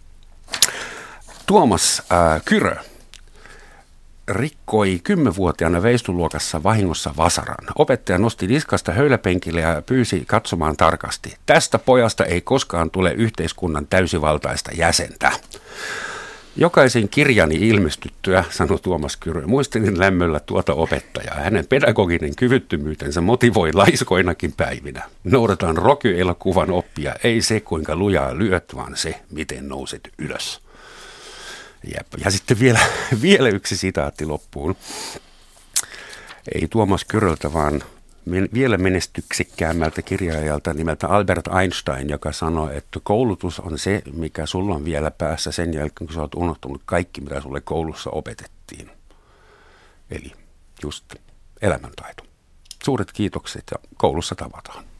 Tuomas Kyrö rikkoi 10-vuotiaana veistuluokassa vahingossa vasaran. Opettaja nosti niskasta höyläpenkille ja pyysi katsomaan tarkasti. Tästä pojasta ei koskaan tule yhteiskunnan täysivaltaista jäsentä. Jokaisen kirjani ilmestyttyä, sanoi Tuomas Kyrö, muistelin lämmöllä tuota opettajaa. Hänen pedagoginen kyvyttömyytensä motivoi laiskoinakin päivinä. Noudataan Rocky-elokuvan oppia, ei se kuinka lujaa lyöt, vaan se, miten nouset ylös. Ja sitten vielä yksi sitaatti loppuun. Ei Tuomas Kyröltä, vaan vielä menestyksekkäämmältä kirjailijalta nimeltä Albert Einstein, joka sanoi, että koulutus on se, mikä sulla on vielä päässä sen jälkeen, kun sä oot unohtunut kaikki, mitä sulle koulussa opetettiin. Eli just elämäntaito. Suuret kiitokset ja koulussa tavataan.